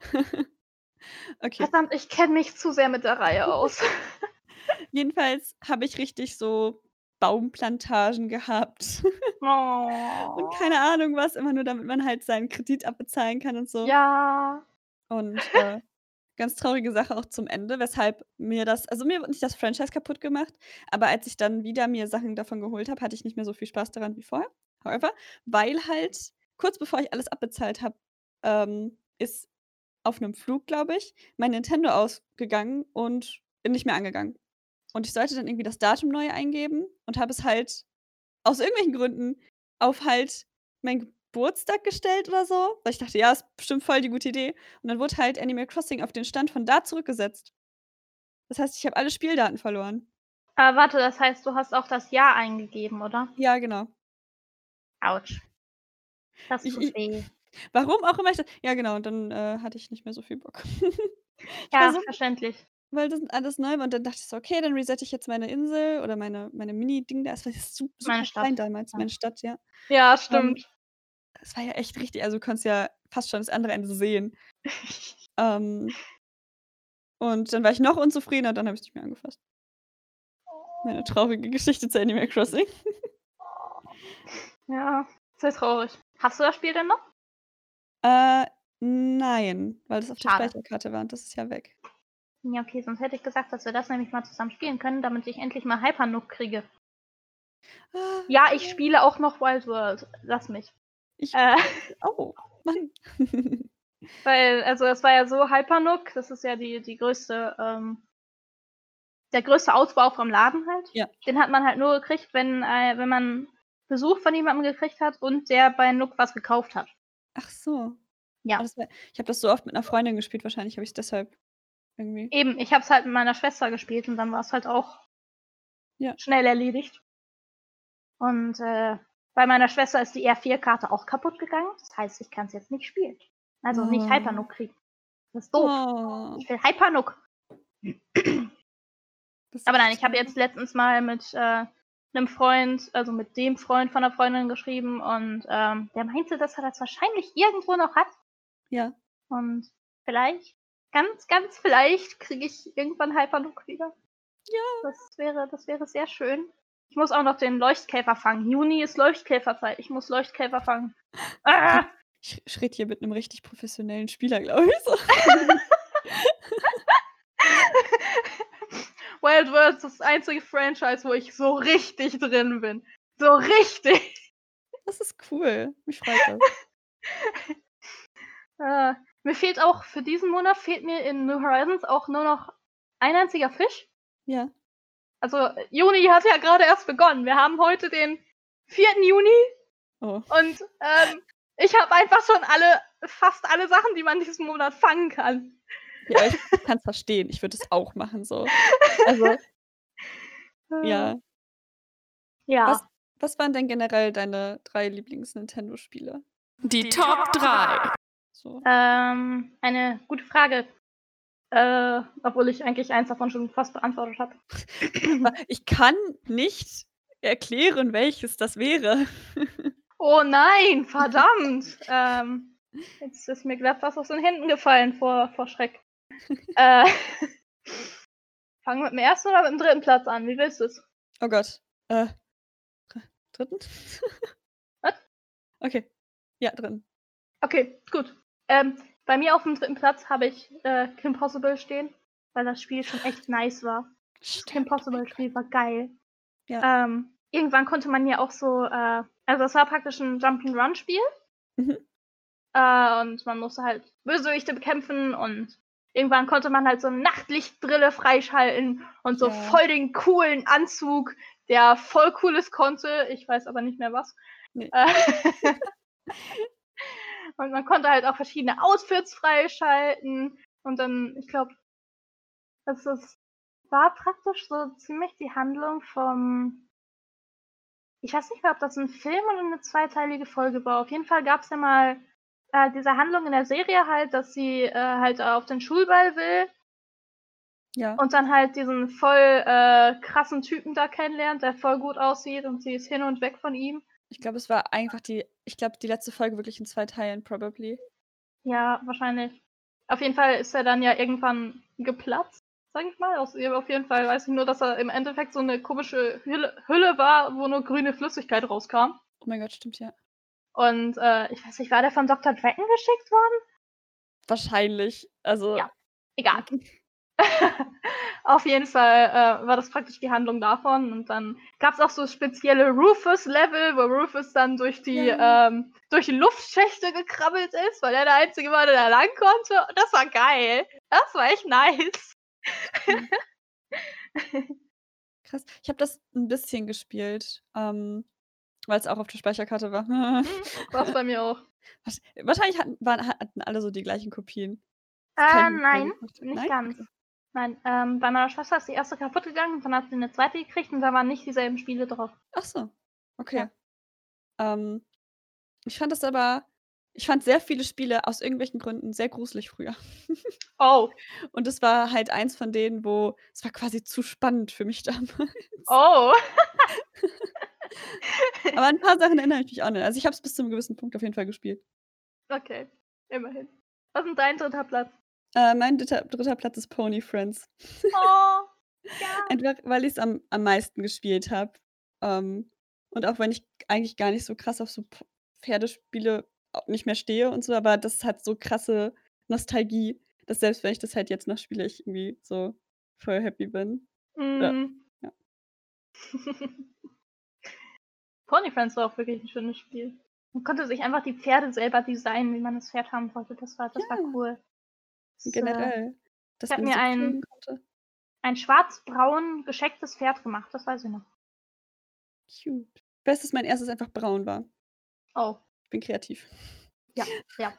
S2: Okay.
S1: Verdammt, ich kenne mich zu sehr mit der Reihe aus.
S2: Jedenfalls habe ich richtig so Baumplantagen gehabt und
S1: Oh.
S2: keine Ahnung was, immer nur damit man halt seinen Kredit abbezahlen kann und so.
S1: Ja.
S2: Und, ganz traurige Sache auch zum Ende, weshalb mir das also, mir wird nicht das Franchise kaputt gemacht, aber als ich dann wieder mir Sachen davon geholt habe, hatte ich nicht mehr so viel Spaß daran wie vorher. However, weil halt kurz bevor ich alles abbezahlt habe, ist auf 'nem Flug, glaube ich, mein Nintendo ausgegangen und nicht mehr angegangen. Und ich sollte dann irgendwie das Datum neu eingeben und habe es halt aus irgendwelchen Gründen auf halt meinen Geburtstag gestellt oder so, weil ich dachte: „Ja, ist bestimmt voll die gute Idee." Und dann wurde halt Animal Crossing auf den Stand von da zurückgesetzt. Das heißt, ich habe alle Spieldaten verloren.
S1: Aber warte, das heißt, du hast auch das Jahr eingegeben, oder?
S2: Ja, genau.
S1: Autsch. Das
S2: Ich
S1: tut
S2: ich
S1: weh.
S2: warum auch immer ich das ja genau, und dann, hatte ich nicht mehr so viel Bock. Ich war
S1: Ja,
S2: so
S1: verständlich.
S2: weil das alles neu war und dann dachte ich so: „Okay, dann resette ich jetzt meine Insel oder meine Mini-Ding da.“ Es war ja
S1: Meine
S2: super klein
S1: Stadt.
S2: damals,
S1: Ja,
S2: meine Stadt, ja.
S1: ja
S2: Ähm,
S1: stimmt.
S2: Es war ja echt richtig also, du konntest ja fast schon das andere Ende sehen. Ähm, und dann war ich noch unzufriedener, dann habe ich's nicht mehr angefasst. Meine traurige Geschichte zu Animal Crossing.
S1: Ja, sehr traurig. Hast du das Spiel denn noch?
S2: Äh, nein, weil das auf der
S1: Schade.
S2: Speicherkarte war und das ist ja weg.
S1: Ja, okay, sonst hätte ich gesagt, dass wir das nämlich mal zusammen spielen können, damit ich endlich mal Hypernook kriege.
S2: Ah,
S1: Ja, ich spiele auch noch Wild World. Lass mich.
S2: ich
S1: Äh,
S2: oh, Mann.
S1: weil, also es war ja so, Hypernook, das ist ja die größte, der größte Ausbau vom Laden halt.
S2: Ja.
S1: Den hat man halt nur gekriegt, wenn man Besuch von jemandem gekriegt hat und der bei Nook was gekauft hat.
S2: Ach so. Ah,
S1: Ja.
S2: ich habe das so oft mit 'ner Freundin gespielt, wahrscheinlich habe ich's deshalb irgendwie
S1: Eben, ich habe es halt mit meiner Schwester gespielt und dann war es halt auch
S2: ja.
S1: schnell erledigt. Und bei meiner Schwester ist die R4-Karte auch kaputt gegangen. Das heißt, ich kann es jetzt nicht spielen. Also nicht
S2: Oh.
S1: Hypernook kriegen. Das ist doof.
S2: Oh,
S1: Ich will Hypernook.
S2: das ist
S1: Aber nein,
S2: echt
S1: ich habe jetzt letztens mal mit einem Freund, also mit dem Freund von einer Freundin geschrieben und der meinte, dass er das wahrscheinlich irgendwo noch hat.
S2: ja.
S1: Und vielleicht, ganz, ganz vielleicht, kriege ich irgendwann Hypernook wieder.
S2: Ja.
S1: Das wäre sehr schön. Ich muss auch noch den Leuchtkäfer fangen. Juni ist Leuchtkäferzeit. Ich muss Leuchtkäfer fangen. Ah!
S2: Ich rede hier mit 'nem richtig professionellen Spieler, glaube ich so.
S1: Wild World ist das einzige Franchise, wo ich so richtig drin bin. So richtig.
S2: Das ist cool. Mich freut das.
S1: Mir fehlt auch für diesen Monat fehlt mir in New Horizons auch nur noch ein einziger Fisch.
S2: Ja.
S1: Also Juni hat ja gerade erst begonnen. Wir haben heute den 4. Juni
S2: Oh.
S1: und ich habe einfach schon fast alle Sachen, die man diesen Monat fangen kann.
S2: Ja, aber ich kann's verstehen. Ich würde es auch machen so. Also, ja. Was
S1: Ja.
S2: was waren denn generell deine 3 Lieblings-Nintendo-Spiele?
S3: Die Top 3.
S2: So.
S1: Eine gute Frage. Obwohl ich eigentlich eins davon schon fast beantwortet habe.
S2: Ich kann nicht erklären, welches das wäre.
S1: Oh nein, verdammt. Jetzt ist mir glatt was aus den Händen gefallen vor Schreck. Fangen wir mit dem ersten oder mit dem dritten Platz an? Wie willst du es?
S2: Oh Gott. 3.?
S1: Was?
S2: Okay. Ja, 3.
S1: Okay, gut. Bei mir auf dem dritten Platz habe ich Kim Possible stehen, weil das Spiel schon echt nice war. Das Kim Possible-Spiel war geil.
S2: Ja.
S1: Irgendwann konnte man ja auch so, also es war praktisch ein Jump'n'Run-Spiel.
S2: Mhm.
S1: Und man musste halt Bösewichte bekämpfen und irgendwann konnte man halt so 'ne Nachtlichtbrille freischalten und so
S2: Ja.
S1: voll den coolen Anzug, der voll Cooles konnte. Ich weiß aber nicht mehr was.
S2: Ne.
S1: Und man konnte halt auch verschiedene Outfits freischalten und dann, ich glaube, das war praktisch so ziemlich die Handlung vom ich weiß nicht mehr, ob das 'n Film oder 'ne zweiteilige Folge war. Auf jeden Fall gab's ja mal, diese Handlung in der Serie halt, dass sie, halt auf den Schulball will
S2: Ja.
S1: und dann halt diesen voll, krassen Typen da kennenlernt, der voll gut aussieht und sie ist hin und weg von ihm.
S2: Ich glaube, es war einfach die letzte Folge wirklich in 2 Teilen probably.
S1: Ja, wahrscheinlich. Auf jeden Fall ist er dann ja irgendwann geplatzt, sage ich mal. Auf jeden Fall weiß ich nur, dass er im Endeffekt so 'ne komische Hülle war, wo nur grüne Flüssigkeit rauskam.
S2: Oh mein Gott, stimmt, ja.
S1: Und, ich weiß nicht, war der von Dr. Dragon geschickt worden?
S2: Wahrscheinlich. Also
S1: Ja, egal. Auf jeden Fall, war das praktisch die Handlung davon und dann gab's auch so spezielle Rufus-Level, wo Rufus dann durch die
S2: Ja.
S1: durch die Luftschächte gekrabbelt ist, weil er der Einzige war, der da lang konnte und das war geil. Das war echt nice.
S2: Krass. Ich habe das 'n bisschen gespielt, weil's auch auf der Speicherkarte war.
S1: War's bei mir auch.
S2: Wahrscheinlich hatten alle so die gleichen Kopien. Das kann ich mir
S1: Nein,
S2: vorstellen.
S1: nicht
S2: Nein?
S1: ganz.
S2: Okay.
S1: Nein, bei meiner Schwester ist die erste kaputt gegangen und dann hat sie 'ne zweite gekriegt und da waren nicht dieselben Spiele drauf.
S2: Ach so, okay.
S1: Ja.
S2: Ich fand das aber Ich fand sehr viele Spiele aus irgendwelchen Gründen sehr gruselig früher.
S1: Oh.
S2: Und es war halt eins von denen, wo es war quasi zu spannend für mich damals.
S1: Oh.
S2: Aber an 'n paar Sachen erinnere ich mich auch noch. Also, ich habe es bis zu 'nem gewissen Punkt auf jeden Fall gespielt.
S1: Okay, immerhin. Was ist 'n dein 3. Platz?
S2: Mein dritter Platz ist Pony Friends.
S1: Oh, ja.
S2: Einfach, weil ich's am meisten gespielt habe. Und auch wenn ich eigentlich gar nicht so krass auf so Pferdespiele nicht mehr stehe und so, aber das hat so krasse Nostalgie, dass selbst wenn ich das halt jetzt noch spiele, ich irgendwie so voll happy bin. Ja,
S1: Mhm.
S2: ja.
S1: Pony Friends war auch wirklich 'n schönes Spiel. Man konnte sich einfach die Pferde selber designen, wie man das Pferd haben wollte. Das war
S2: Ja,
S1: cool. Das,
S2: generell,
S1: ich
S2: dass
S1: habe
S2: man die
S1: mir
S2: so pflegen konnte.
S1: ein schwarz-braun geschecktes Pferd gemacht, das weiß ich noch.
S2: Cute. Ich weiß, dass mein erstes einfach braun war.
S1: Oh,
S2: Ich bin kreativ.
S1: ja, ja.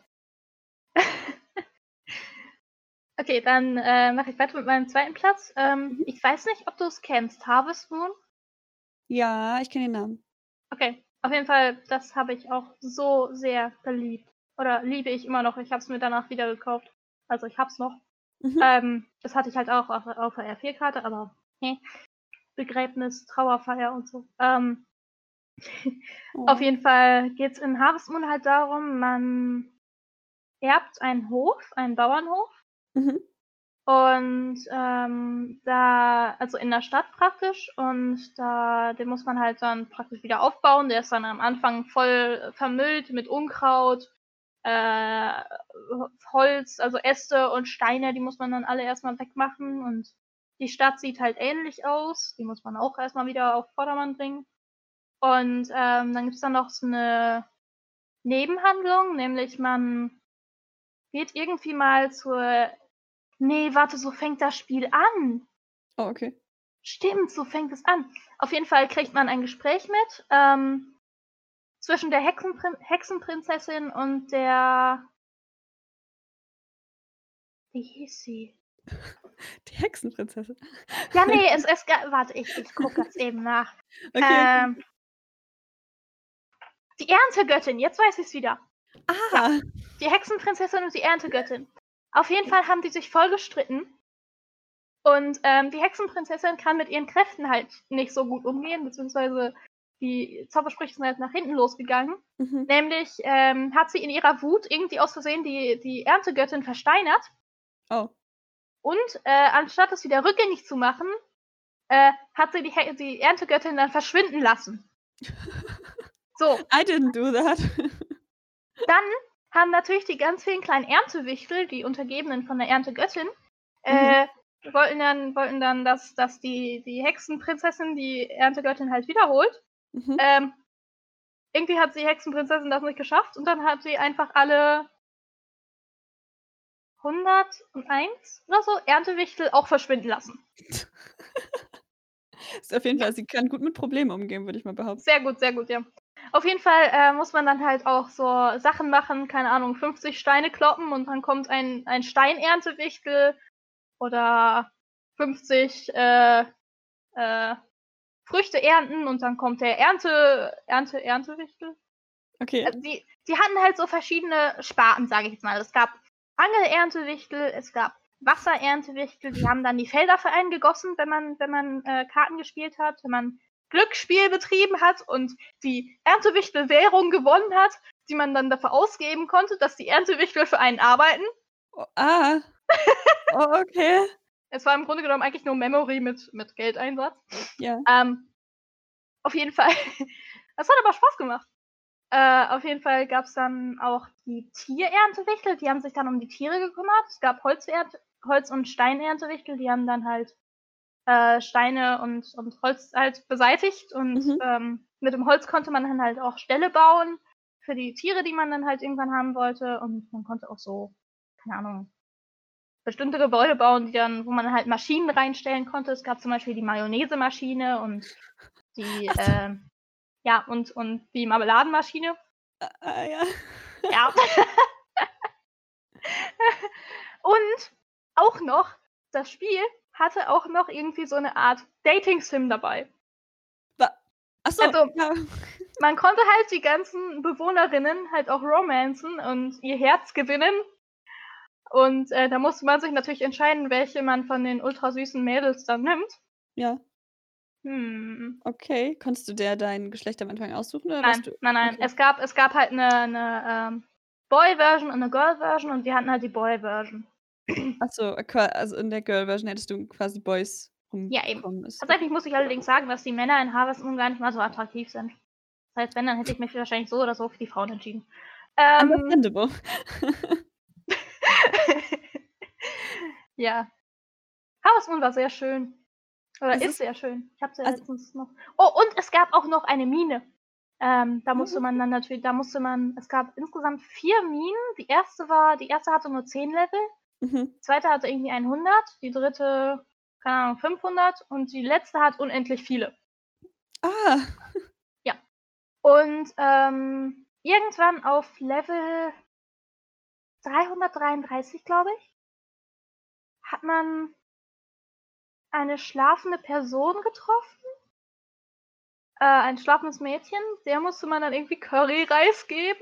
S1: Okay, dann, mache ich weiter mit meinem 2. Platz.
S2: Mhm.
S1: Ich weiß nicht, ob du's kennst, Harvest Moon?
S2: Ja, ich kenne den Namen.
S1: Okay, auf jeden Fall, das habe ich auch so sehr geliebt. Oder liebe ich immer noch. Ich habe es mir danach wieder gekauft. Also, ich habe es noch.
S2: Mhm.
S1: Das hatte ich halt auch auf der R4-Karte, aber Begräbnis, Trauerfeier und so. Auf
S2: Oh.
S1: jeden Fall geht's in Harvest Moon halt darum, man erbt einen Hof, einen Bauernhof.
S2: Mhm.
S1: Und, also in der Stadt praktisch und den muss man halt dann praktisch wieder aufbauen. Der ist dann am Anfang voll vermüllt mit Unkraut, äh, Holz, also Äste und Steine, die muss man dann alle erst mal wegmachen und die Stadt sieht halt ähnlich aus. Die muss man auch erst mal wieder auf Vordermann bringen. Und, dann gibt's dann noch so 'ne Nebenhandlung, nämlich man geht irgendwie mal nee, warte, so fängt das Spiel an.
S2: Oh, okay.
S1: Stimmt, so fängt es an. Auf jeden Fall kriegt man ein Gespräch mit, zwischen der Hexenprinzessin und der wie hieß sie?
S2: Die Hexenprinzessin.
S1: Ja, ne, es ga warte, ich gucke das eben nach.
S2: Okay, okay.
S1: Die Erntegöttin, jetzt weiß ich's wieder. Ja,
S2: Ah!
S1: die Hexenprinzessin und die Erntegöttin. Auf jeden Fall haben die sich voll gestritten und, die Hexenprinzessin kann mit ihren Kräften halt nicht so gut umgehen, beziehungsweise die Zaubersprüche sind halt nach hinten losgegangen.
S2: Mhm.
S1: Nämlich, hat sie in ihrer Wut irgendwie aus Versehen die Erntegöttin versteinert
S2: Oh.
S1: und, anstatt es wieder rückgängig zu machen, hat sie die Erntegöttin dann verschwinden lassen. So.
S2: I didn't do that.
S1: Dann haben natürlich die ganz vielen kleinen Erntewichtel, die Untergebenen von der Erntegöttin,
S2: Mhm.
S1: wollten dann, dass die Hexenprinzessin die Erntegöttin halt wiederholt.
S2: Mhm.
S1: Irgendwie hat die Hexenprinzessin das nicht geschafft und dann hat sie einfach alle 101 oder so Erntewichtel auch verschwinden lassen.
S2: Ist auf jeden
S1: Ja.
S2: Fall sie kann gut mit Problemen umgehen, würde ich mal behaupten.
S1: Sehr gut, ja. Auf jeden Fall, muss man dann halt auch so Sachen machen, keine Ahnung, 50 Steine kloppen und dann kommt ein Steinerntewichtel oder 50, Früchte ernten und dann kommt der Erntewichtel.
S2: Okay.
S1: Die hatten halt so verschiedene Sparten, sage ich jetzt mal. Es gab Angelerntewichtel, es gab Wassererntewichtel, die haben dann die Felder für einen gegossen, wenn man Karten gespielt hat, wenn man Glücksspiel betrieben hat und die Erntewichtel-Währung gewonnen hat, die man dann dafür ausgeben konnte, dass die Erntewichtel für einen arbeiten.
S2: Oh, ah. Oh, okay.
S1: Es war im Grunde genommen eigentlich nur Memory mit Geldeinsatz.
S2: Ja.
S1: Auf jeden Fall. Das hat aber Spaß gemacht. Auf jeden Fall gab's dann auch die Tiererntewichtel, die haben sich dann um die Tiere gekümmert. Es gab Holz- und Steinerntewichtel, die haben dann halt Steine und Holz halt beseitigt und
S2: Mhm.
S1: mit dem Holz konnte man dann halt auch Ställe bauen für die Tiere, die man dann halt irgendwann haben wollte und man konnte auch so, keine Ahnung, bestimmte Gebäude bauen, wo man halt Maschinen reinstellen konnte. Es gab zum Beispiel die Mayonnaise-Maschine und die,
S2: Ach so.
S1: ja, und die Marmeladenmaschine.
S2: Ja.
S1: Ja. Und auch noch, das Spiel hatte auch noch irgendwie so 'ne Art Dating-Sim dabei.
S2: Wa Ach so,
S1: Also
S2: ja.
S1: man konnte halt die ganzen Bewohnerinnen halt auch romanzen und ihr Herz gewinnen. Und da musste man sich natürlich entscheiden, welche man von den ultra süßen Mädels dann nimmt.
S2: Ja,
S1: Hm.
S2: okay. Konntest du dir dein Geschlecht am Anfang aussuchen oder
S1: Nein,
S2: warst du.
S1: nein.
S2: Okay.
S1: Es gab halt eine Boy-Version und eine Girl-Version und wir hatten halt die Boy-Version.
S2: Achso, also in der Girl-Version hättest du quasi Boys
S1: Ja, eben.
S2: rumbekommen. Ist okay.
S1: Tatsächlich muss ich allerdings sagen, dass die Männer in Harvest Moon gar nicht mal so attraktiv sind. Das heißt, wenn, dann hätte ich mich wahrscheinlich so oder so für die Frauen entschieden.
S2: Understandable.
S1: Ja. Harvest Moon war sehr schön. Oder
S2: Es
S1: ist
S2: ist-
S1: sehr schön. Ich hab's ja
S2: also-
S1: letztens noch. Oh, und es gab auch noch eine Mine. Da musste man dann natürlich, es gab insgesamt 4 Minen. Die erste hatte nur 10 Level,
S2: Mhm.
S1: die zweite hatte irgendwie 100, die dritte, keine Ahnung, 500 und die letzte hat unendlich viele.
S2: Ah,
S1: Und irgendwann auf Level 333, glaube ich, hat man eine schlafende Person getroffen. Ein schlafendes Mädchen, der musste man dann irgendwie Curryreis geben.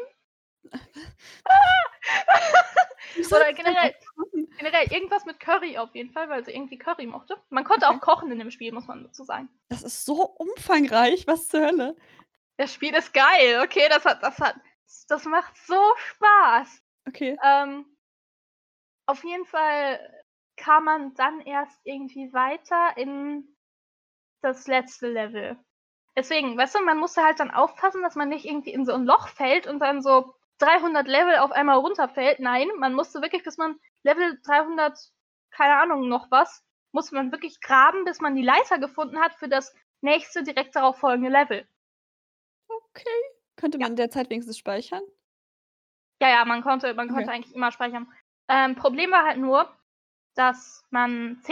S1: Oder generell irgendwas mit Curry auf jeden Fall, weil sie irgendwie Curry mochte. Man konnte
S2: Okay.
S1: auch kochen in dem Spiel, muss man dazu sagen.
S2: Das ist so umfangreich, was zur Hölle?
S1: Das Spiel ist geil, okay, das macht so Spaß.
S2: Okay.
S1: Auf jeden Fall kam man dann erst irgendwie weiter in das letzte Level. Deswegen, weißt du, man musste halt dann aufpassen, dass man nicht irgendwie in so ein Loch fällt und dann so 300 Level auf einmal runterfällt. Nein, man musste wirklich, bis man Level 300, keine Ahnung, noch was, musste man wirklich graben, bis man die Leiter gefunden hat für das nächste direkt darauf folgende Level.
S2: Okay. Könnte man in der Zeit wenigstens speichern?
S1: Ja, man konnte eigentlich immer speichern. Problem war halt nur, dass man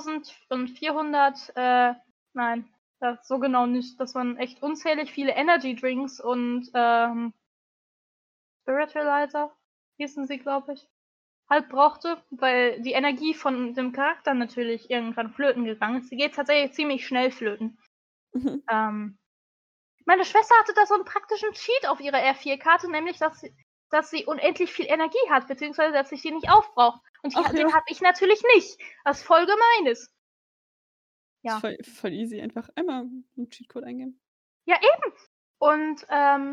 S1: 10.400, nein, das so genau nicht, dass man echt unzählig viele Energy Drinks und Spiritualizer, hießen sie, glaube ich, halt brauchte, weil die Energie von dem Charakter natürlich irgendwann flöten gegangen ist. Sie geht tatsächlich ziemlich schnell flöten.
S2: Mhm.
S1: Meine Schwester hatte da so einen praktischen Cheat auf ihrer R4-Karte, nämlich, dass sie unendlich viel Energie hat, beziehungsweise dass sich die nicht aufbraucht. Und
S2: Ach
S1: den
S2: ja.
S1: habe ich natürlich nicht, was voll gemein ist. Ja.
S2: Ist voll easy. Einfach einmal einen Cheatcode eingeben.
S1: Ja, eben. Und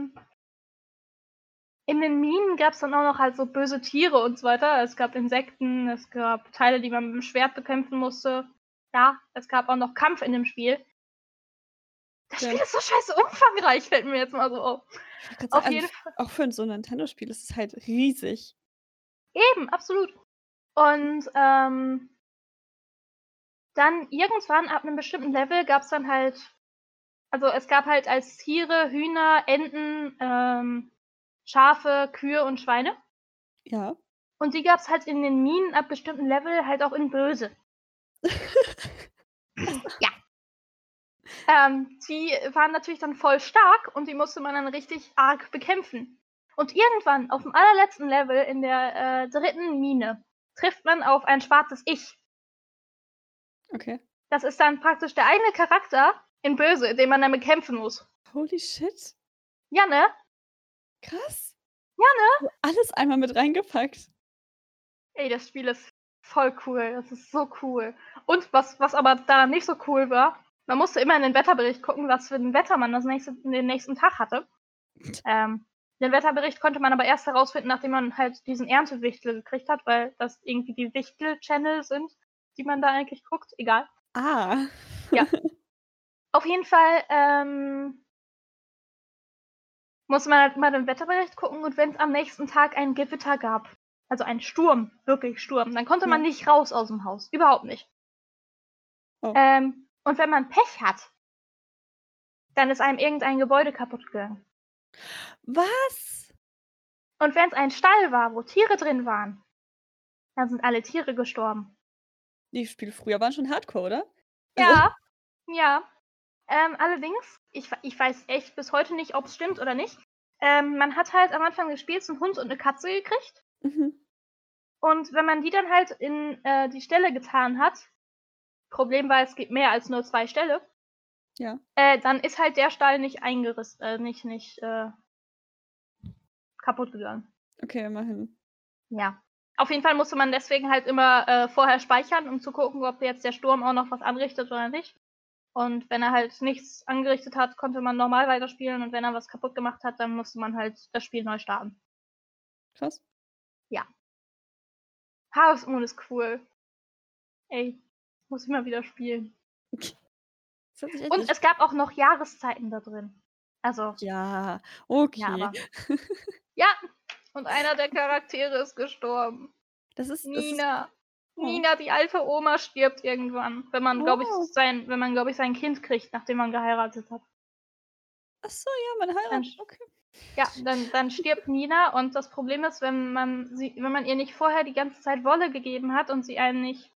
S1: in den Minen gab es dann auch noch halt so böse Tiere und so weiter. Es gab Insekten, es gab Teile, die man mit dem Schwert bekämpfen musste. Ja, es gab auch noch Kampf in dem Spiel. Das Spiel ist so scheiße umfangreich, fällt mir jetzt mal so auf. Auf jeden Fall.
S2: Auch für so ein Nintendo-Spiel ist es halt riesig.
S1: Eben, absolut. Und dann irgendwann ab einem bestimmten Level gab es dann halt, also es gab halt als Tiere Hühner, Enten, Schafe, Kühe und Schweine.
S2: Ja.
S1: Und die gab es halt in den Minen ab bestimmten Level halt auch in böse. Ja. Die waren natürlich dann voll stark und die musste man dann richtig arg bekämpfen. Und irgendwann, auf dem allerletzten Level in der 3. Mine, trifft man auf ein schwarzes Ich.
S2: Okay.
S1: Das ist dann praktisch der eigene Charakter in Böse, den man dann bekämpfen muss.
S2: Holy shit.
S1: Ja, ne?
S2: Krass.
S1: Ja,
S2: ne? Alles einmal mit reingepackt.
S1: Ey, das Spiel ist voll cool. Das ist so cool. Und was aber da nicht so cool war, man musste immer in den Wetterbericht gucken, was für ein Wetter man den nächsten Tag hatte. Den Wetterbericht konnte man aber erst herausfinden, nachdem man halt diesen Erntewichtel gekriegt hat, weil das irgendwie die Wichtel-Channel sind, die man da eigentlich guckt. Egal.
S2: Ah.
S1: Ja. Auf jeden Fall muss man halt mal den Wetterbericht gucken und wenn es am nächsten Tag ein Gewitter gab, also ein Sturm, wirklich Sturm, dann konnte man nicht raus aus dem Haus. Überhaupt nicht.
S2: Oh.
S1: Und wenn man Pech hat, dann ist einem irgendein Gebäude kaputt gegangen.
S2: Was?
S1: Und wenn es ein Stall war, wo Tiere drin waren, dann sind alle Tiere gestorben.
S2: Die Spiele früher waren schon Hardcore, oder?
S1: Ja, ja. Allerdings, ich weiß echt bis heute nicht, ob es stimmt oder nicht. Man hat halt am Anfang des Spiels einen Hund und eine Katze gekriegt.
S2: Mhm.
S1: Und wenn man die dann halt in die Ställe getan hat, Problem war, es gibt mehr als nur 2 Ställe,
S2: Ja.
S1: dann ist halt der Stall nicht eingerissen, nicht kaputt gegangen.
S2: Okay, immerhin.
S1: Ja. Auf jeden Fall musste man deswegen halt immer vorher speichern, um zu gucken, ob jetzt der Sturm auch noch was anrichtet oder nicht. Und wenn er halt nichts angerichtet hat, konnte man normal weiterspielen. Und wenn er was kaputt gemacht hat, dann musste man halt das Spiel neu starten.
S2: Krass.
S1: Ja. Harvest Moon ist cool. Ey, muss ich mal wieder spielen.
S2: Das hört sich echt
S1: Und
S2: nicht.
S1: es gab auch noch Jahreszeiten da drin. Also,
S2: Ja,
S1: ja,
S2: okay.
S1: aber. Ja, und einer der Charaktere ist gestorben.
S2: Das ist.
S1: Nina.
S2: Oh.
S1: Nina, die alte Oma, stirbt irgendwann, wenn man, glaube ich,
S2: Oh.
S1: sein Kind kriegt, nachdem man geheiratet hat.
S2: Ach so, ja, man heiratet. Okay.
S1: Ja, dann stirbt Nina und das Problem ist, wenn man ihr nicht vorher die ganze Zeit Wolle gegeben hat und sie einen nicht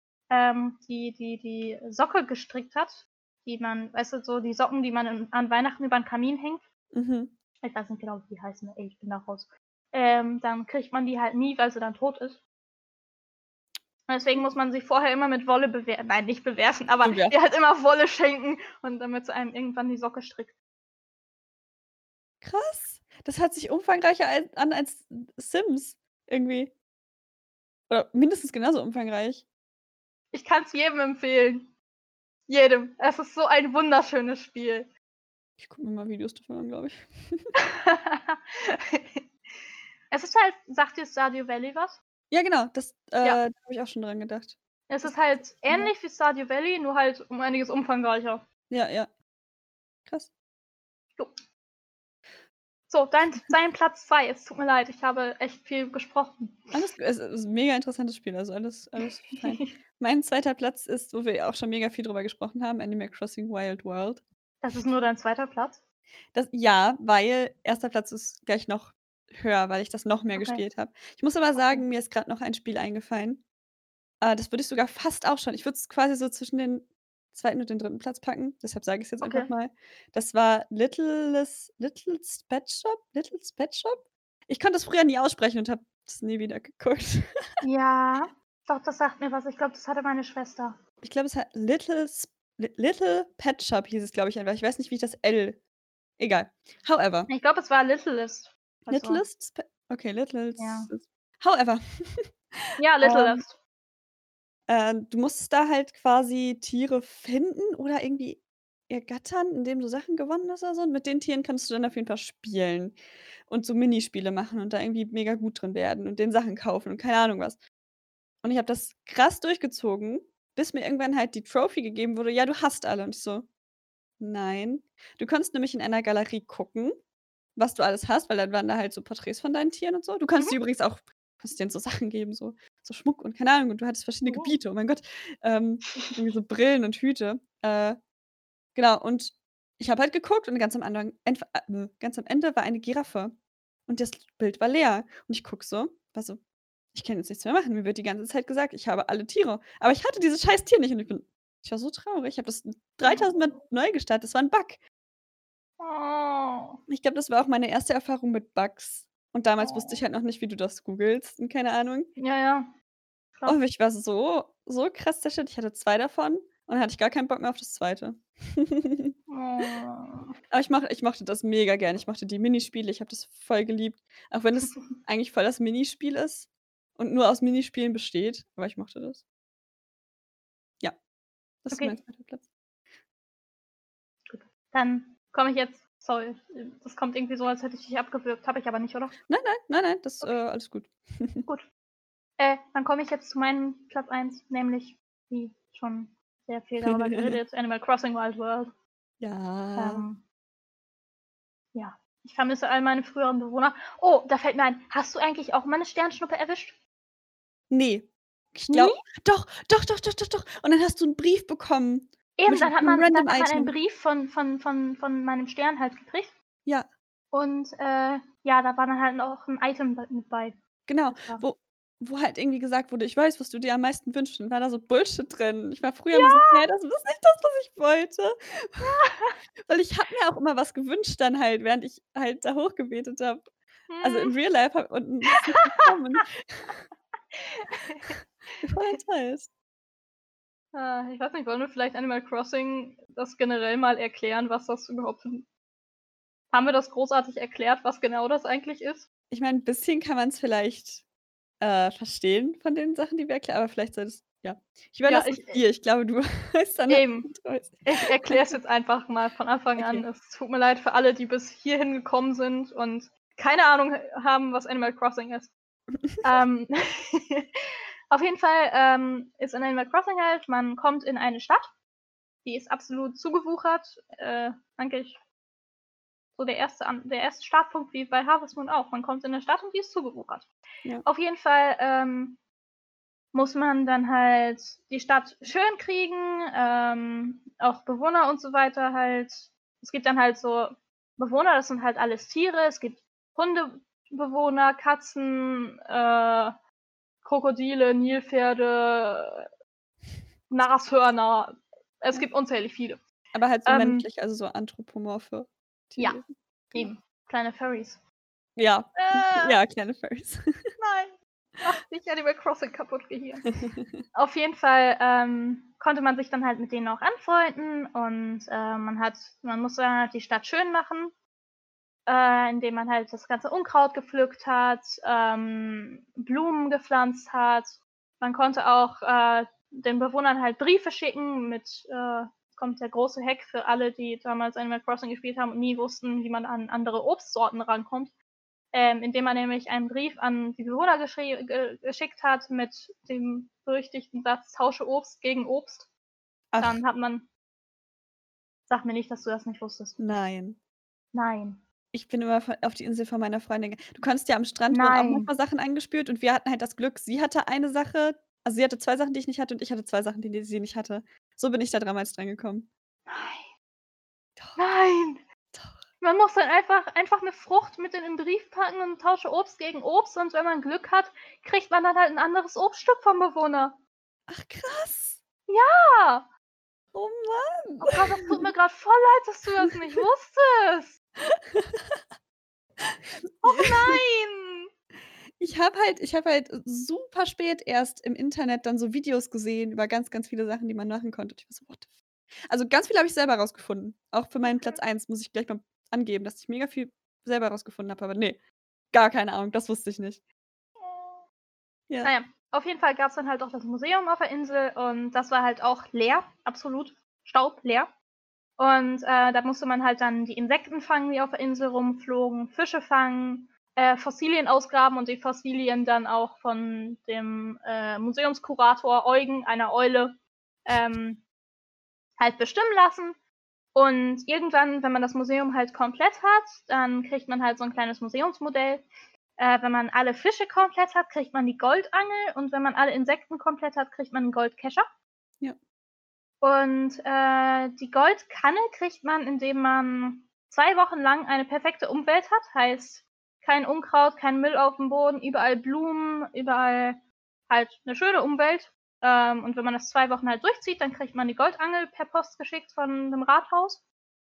S1: die Socke gestrickt hat, die man, weißt du, so die Socken, die man an Weihnachten über den Kamin hängt.
S2: Mhm.
S1: Ich weiß nicht genau, wie die heißen, ey, ich bin da raus. Dann kriegt man die halt nie, weil sie dann tot ist. Und deswegen muss man sie vorher immer mit Wolle bewerfen. Nein, nicht bewerfen, aber
S2: Bewerfen.
S1: ihr halt immer Wolle schenken und damit sie einem irgendwann die Socke strickt.
S2: Krass. Das hört sich umfangreicher an als Sims irgendwie. Oder mindestens genauso umfangreich.
S1: Ich kann es jedem empfehlen. Jedem. Es ist so ein wunderschönes Spiel.
S2: Ich gucke mir mal Videos davon an, glaube ich.
S1: Es ist halt, sagt dir Stardew Valley was?
S2: Ja, genau.
S1: Ja.
S2: Da habe ich auch schon dran gedacht.
S1: Es ist halt ähnlich wie Stardew Valley, nur halt um einiges umfangreicher.
S2: Ja, ja. Krass.
S1: Jo. So, dein Platz 2. Es tut mir leid, ich habe echt viel gesprochen.
S2: Es ist ein mega interessantes Spiel, also alles fein. Mein zweiter Platz ist, wo wir auch schon mega viel drüber gesprochen haben, Animal Crossing Wild World.
S1: Das ist nur dein zweiter Platz?
S2: Ja, weil erster Platz ist gleich noch höher, weil ich das noch mehr
S1: Okay.
S2: gespielt habe. Ich muss aber sagen, mir ist gerade noch ein Spiel eingefallen. Das würde ich sogar fast auch schon. Ich würde es quasi so zwischen den zweiten und den dritten Platz packen. Deshalb sage ich es jetzt einfach
S1: Okay.
S2: mal. Das war Little's Pet Shop? Little's Pet Shop? Ich konnte das früher nie aussprechen und habe das nie wieder geguckt.
S1: Ja, doch, das sagt mir was. Ich glaube, das hatte meine Schwester.
S2: Ich glaube, es hat Little Pet Shop hieß es, glaube ich, einfach. Ich weiß nicht, wie ich das L. Egal. However.
S1: Ich glaube, es war Littlest.
S2: Littlest? Okay, Littlest.
S1: Ja.
S2: However.
S1: Ja, Littlest.
S2: Du musstest da halt quasi Tiere finden oder irgendwie ergattern, indem du Sachen gewonnen hast oder so. Und mit den Tieren kannst du dann auf jeden Fall spielen und so Minispiele machen und da irgendwie mega gut drin werden und den Sachen kaufen und keine Ahnung was. Und ich habe das krass durchgezogen, bis mir irgendwann halt die Trophy gegeben wurde: „Ja, du hast alle.“ Und ich so: „Nein.“ Du konntest nämlich in einer Galerie gucken, was du alles hast, weil dann waren da halt so Porträts von deinen Tieren und so. Du kannst die übrigens auch kannst denen so Sachen geben, so Schmuck und keine Ahnung. Und du hattest verschiedene Gebiete, oh mein Gott. Irgendwie so Brillen und Hüte. Genau, und ich habe halt geguckt und ganz am Ende war eine Giraffe und das Bild war leer. Und ich gucke so, war so: „Ich kann jetzt nichts mehr machen. Mir wird die ganze Zeit gesagt, ich habe alle Tiere.“ Aber ich hatte dieses scheiß Tier nicht und ich war so traurig. Ich habe das 3000 Mal neu gestartet. Das war 'n Bug.
S1: Oh.
S2: Ich glaube, das war auch meine erste Erfahrung mit Bugs. Und damals wusste ich halt noch nicht, wie du das googelst und keine Ahnung.
S1: Ja, ja. Krass.
S2: Und ich war so krass zerstört. Ich hatte 2 davon und dann hatte ich gar keinen Bock mehr auf das zweite.
S1: Oh.
S2: Aber ich mochte das mega gern. Ich mochte die Minispiele. Ich habe das voll geliebt. Auch wenn es eigentlich voll das Minispiel ist und nur aus Minispielen besteht, aber ich mochte das. Ja, das ist mein
S1: Okay.
S2: zweiter Platz.
S1: Gut. Dann komme ich jetzt sorry, das kommt irgendwie so, als hätte ich dich abgewürgt. Habe ich aber nicht, oder?
S2: Nein, das
S1: Okay.
S2: alles gut.
S1: Gut. Dann komme ich jetzt zu meinem Platz 1, nämlich, wie schon sehr viel darüber geredet, Animal Crossing Wild World.
S2: Ja.
S1: Ja, ich vermisse all meine früheren Bewohner. Oh, da fällt mir ein, hast du eigentlich auch mal 'ne Sternschnuppe erwischt?
S2: Ne. Ich
S1: Nie?
S2: glaube doch. Und dann hast du 'n Brief bekommen
S1: Eben,
S2: mit
S1: dann hat
S2: 'nem
S1: man
S2: random
S1: einen
S2: Item.
S1: Brief von meinem Stern halt gekriegt.
S2: Ja.
S1: Und, ja, da war dann halt noch 'n Item mit bei.
S2: Genau,
S1: Ja.
S2: wo halt irgendwie gesagt wurde: „Ich weiß, was du dir am meisten wünschst.“ Und war da so Bullshit drin. Ich war früher immer
S1: Ja!
S2: so: „Hä, das ist nicht das, was ich wollte.“ Weil ich habe mir auch immer was gewünscht dann halt, während ich halt da hochgebetet habe. Also, in Real Life und es ist nicht gekommen. Voll enttäuscht.
S1: Ich weiß nicht, wollen wir vielleicht Animal Crossing das generell mal erklären, was das überhaupt für 'n haben wir das großartig erklärt, was genau das eigentlich ist?
S2: Ich meine, 'n bisschen kann man's vielleicht, verstehen von den Sachen, die wir erklären, aber vielleicht solltest ja. Ich
S1: Ja,
S2: überlasse es dir. Ich glaube, du weißt dann
S1: eben.
S2: Kontrolls
S1: Ich erkläre es jetzt einfach mal von Anfang an.
S2: Okay.
S1: Es tut mir leid für alle, die bis hierhin gekommen sind und keine Ahnung haben, was Animal Crossing ist. Ähm, auf jeden Fall, ist in Animal Crossing halt, man kommt in eine Stadt, die ist absolut zugewuchert, eigentlich so der erste Startpunkt wie bei Harvest Moon auch. Man kommt in 'ne Stadt und die ist zugewuchert.
S2: Ja.
S1: Auf jeden Fall, muss man dann halt die Stadt schön kriegen, auch Bewohner und so weiter halt. Es gibt dann halt so Bewohner, das sind halt alles Tiere. Es gibt Hundebewohner, Katzen, Krokodile, Nilpferde, Nashörner. Es
S2: Ja.
S1: gibt unzählig viele.
S2: Aber halt so
S1: Ähm,
S2: menschlich, also so anthropomorphe
S1: ja,
S2: Tierwesen. Genau.
S1: eben. Kleine Furries.
S2: Ja, ja, kleine Furries.
S1: Nein, mach nicht Animal Crossing kaputt, Gehirn. Auf jeden Fall, konnte man sich dann halt mit denen auch anfreunden und, man musste dann halt die Stadt schön machen, indem man halt das ganze Unkraut gepflückt hat, Blumen gepflanzt hat. Man konnte auch, den Bewohnern halt Briefe schicken mit, kommt der große Hack für alle, die damals Animal Crossing gespielt haben und nie wussten, wie man an andere Obstsorten rankommt. Indem man nämlich einen Brief an die Bewohner geschickt hat mit dem berüchtigten Satz: „Tausche Obst gegen Obst."
S2: Ach,
S1: Dann hat man Sag mir nicht, dass du das nicht wusstest.
S2: nein.
S1: Nein.
S2: Ich bin immer auf die Insel von meiner Freundin Du konntest ja am Strand wurden auch
S1: Nein.
S2: manchmal Sachen angespült und wir hatten halt das Glück, sie hatte eine Sache also, sie hatte 2 Sachen, die ich nicht hatte und ich hatte 2 Sachen, die sie nicht hatte. So bin ich da damals drangekommen.
S1: Nein.
S2: Doch,
S1: Nein!
S2: doch.
S1: Man muss dann einfach 'ne Frucht mit in den Brief packen und tausche Obst gegen Obst und wenn man Glück hat, kriegt man dann halt 'n anderes Obststück vom Bewohner.
S2: Ach krass.
S1: Ja!
S2: Oh Mann.
S1: Oh Gott, das tut mir grad voll leid, dass du das nicht wusstest. Och nein!
S2: Ich habe halt super spät erst im Internet dann so Videos gesehen über ganz, ganz viele Sachen, die man machen konnte. Und ich war so: „What the f“ Also, ganz viel habe ich selber rausgefunden. Auch für meinen Platz
S1: Okay.
S2: 1 muss ich gleich mal angeben, dass ich mega viel selber rausgefunden habe, aber ne, gar keine Ahnung, das wusste ich nicht.
S1: Na
S2: Ja.
S1: ja, auf jeden Fall gab's dann halt auch das Museum auf der Insel und das war halt auch leer, absolut staubleer. Und, da musste man halt dann die Insekten fangen, die auf der Insel rumflogen, Fische fangen, Fossilien ausgraben und die Fossilien dann auch von dem, Museumskurator Eugen, einer Eule, ähm, halt bestimmen lassen. Und irgendwann, wenn man das Museum halt komplett hat, dann kriegt man halt so 'n kleines Museumsmodell. Wenn man alle Fische komplett hat, kriegt man die Goldangel und wenn man alle Insekten komplett hat, kriegt man 'n Goldkescher.
S2: Ja.
S1: Und, die Goldkanne kriegt man, indem man 2 Wochen lang eine perfekte Umwelt hat, heißt kein Unkraut, kein Müll aufm Boden, überall Blumen, überall halt 'ne schöne Umwelt. Und wenn man das 2 Wochen halt durchzieht, dann kriegt man die Goldangel per Post geschickt von dem Rathaus.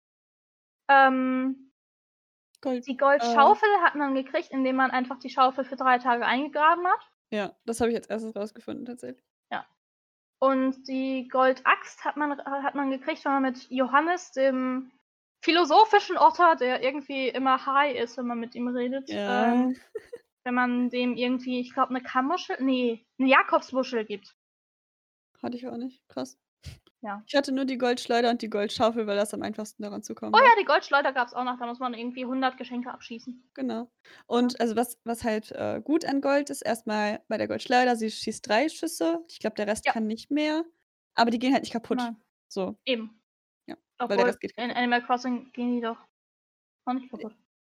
S1: Ähm
S2: Gold
S1: Die Goldschaufel hat man gekriegt, indem man einfach die Schaufel für 3 Tage eingegraben hat.
S2: ja, das habe ich als Erstes rausgefunden tatsächlich.
S1: Ja. Und die Goldaxt hat man gekriegt, wenn man mit Johannes, dem philosophischen Otter, der irgendwie immer high ist, wenn man mit ihm redet,
S2: Ja,
S1: wenn man dem irgendwie, ich glaube, 'ne Kammuschel, ne, 'ne Jakobsmuschel gibt.
S2: hatte ich auch nicht. Krass.
S1: Ja.
S2: Ich hatte nur die Goldschleuder und die Goldschaufel, weil das am einfachsten daran zu
S1: Oh
S2: kommen war.
S1: ja, die Goldschleuder gab's auch noch, da muss man irgendwie 100 Geschenke abschießen.
S2: Genau.
S1: Ja.
S2: Und also, was halt, gut an Gold ist, erst mal bei der Goldschleuder, sie schießt 3 Schüsse. Ich glaube, der Rest
S1: Ja,
S2: kann nicht mehr, aber die gehen halt nicht kaputt.
S1: nein,
S2: So,
S1: eben.
S2: ja, weil der
S1: Obwohl,
S2: Rest geht
S1: in
S2: kaputt.
S1: Animal Crossing gehen die doch auch nicht kaputt,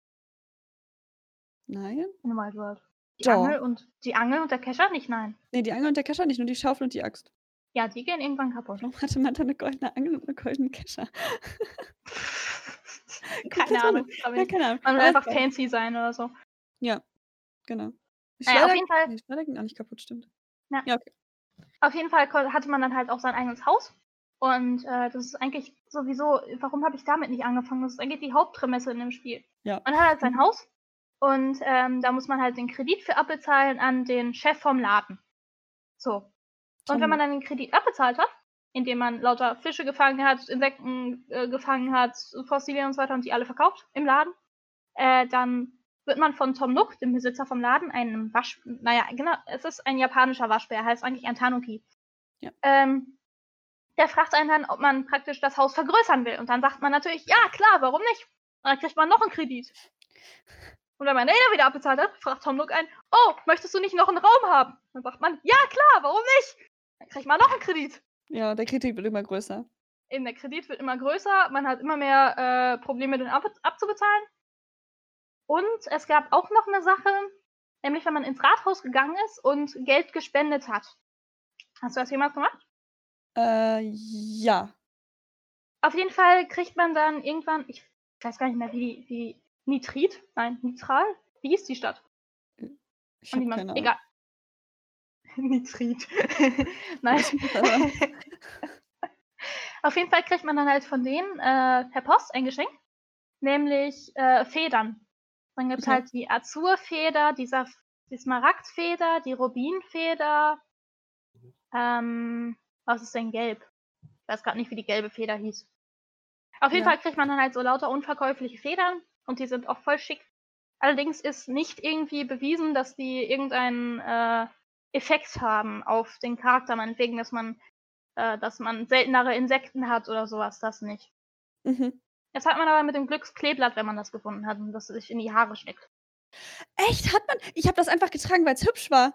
S2: Nein?
S1: in Wild World.
S2: Doch.
S1: Die Angel und der Kescher nicht, nein.
S2: Ne, die Angel und der Kescher nicht, nur die Schaufel und die Axt.
S1: Ja, die gehen irgendwann kaputt.
S2: Warum hatte man da 'ne goldene Angel und 'ne goldenen Kescher?
S1: Keine
S2: Komplett
S1: Ahnung,
S2: unnötig.
S1: aber
S2: Ja,
S1: nicht.
S2: keine Ahnung.
S1: Man will
S2: Aber ist
S1: einfach
S2: geil.
S1: fancy sein oder so.
S2: Ja, genau. Die
S1: Na ja,
S2: Schleuder ne, die Schleuder ging auch nicht kaputt, stimmt.
S1: ja,
S2: Ja, okay.
S1: auf jeden Fall hatte man dann halt auch sein eigenes Haus und, das ist eigentlich sowieso, warum habe ich damit nicht angefangen? Das ist eigentlich die Hauptprämisse in dem Spiel.
S2: Ja.
S1: Man hat halt sein Haus und, da muss man halt den Kredit für abbezahlen an den Chef vom Laden. So. Und wenn man
S2: Tom
S1: dann den Kredit abbezahlt hat, indem man lauter Fische gefangen hat, Insekten gefangen hat, Fossilien und so weiter und die alle verkauft im Laden. Dann wird man von Tom Nook, dem Besitzer vom Laden, einem genau, es ist ein japanischer Waschbär, heißt eigentlich ein Tanuki.
S2: Ja.
S1: Der fragt einen dann, ob man praktisch das Haus vergrößern will. Und dann sagt man natürlich, ja, klar, warum nicht? Und dann kriegt man noch einen Kredit. Und wenn man den wieder abbezahlt hat, fragt Tom Nook einen, oh, möchtest du nicht noch einen Raum haben? Dann sagt man, ja, klar, warum nicht? Dann kriegt man noch einen Kredit.
S2: Ja, der Kredit wird immer größer.
S1: Eben, der Kredit wird immer größer, man hat immer mehr Probleme, den abzubezahlen. Und es gab auch noch eine Sache, nämlich wenn man ins Rathaus gegangen ist und Geld gespendet hat. Hast du das jemals gemacht?
S2: Ja.
S1: Auf jeden Fall kriegt man dann irgendwann, ich weiß gar nicht mehr, wie Nitrit? Nein, Nitral? Wie hieß die Stadt?
S2: Ich habe keine Ahnung.
S1: Egal. Nitrit. Nein. Auf jeden Fall kriegt man dann halt von denen per Post ein Geschenk, nämlich Federn. Dann gibt es halt die Azurfeder, die Smaragdfeder, die Rubinfeder. Was ist denn gelb? Ich weiß gerade nicht, wie die gelbe Feder hieß. Auf jeden Fall kriegt man dann halt so lauter unverkäufliche Federn und die sind auch voll schick. Allerdings ist nicht irgendwie bewiesen, dass die irgendeinen Effekt haben auf den Charakter, meinetwegen, dass man seltenere Insekten hat oder sowas, das nicht.
S2: Mhm.
S1: Das hat man aber mit dem Glückskleeblatt, wenn man das gefunden hat und das sich in die Haare steckt.
S2: Echt? Hat man? Ich habe das einfach getragen, weil es hübsch war.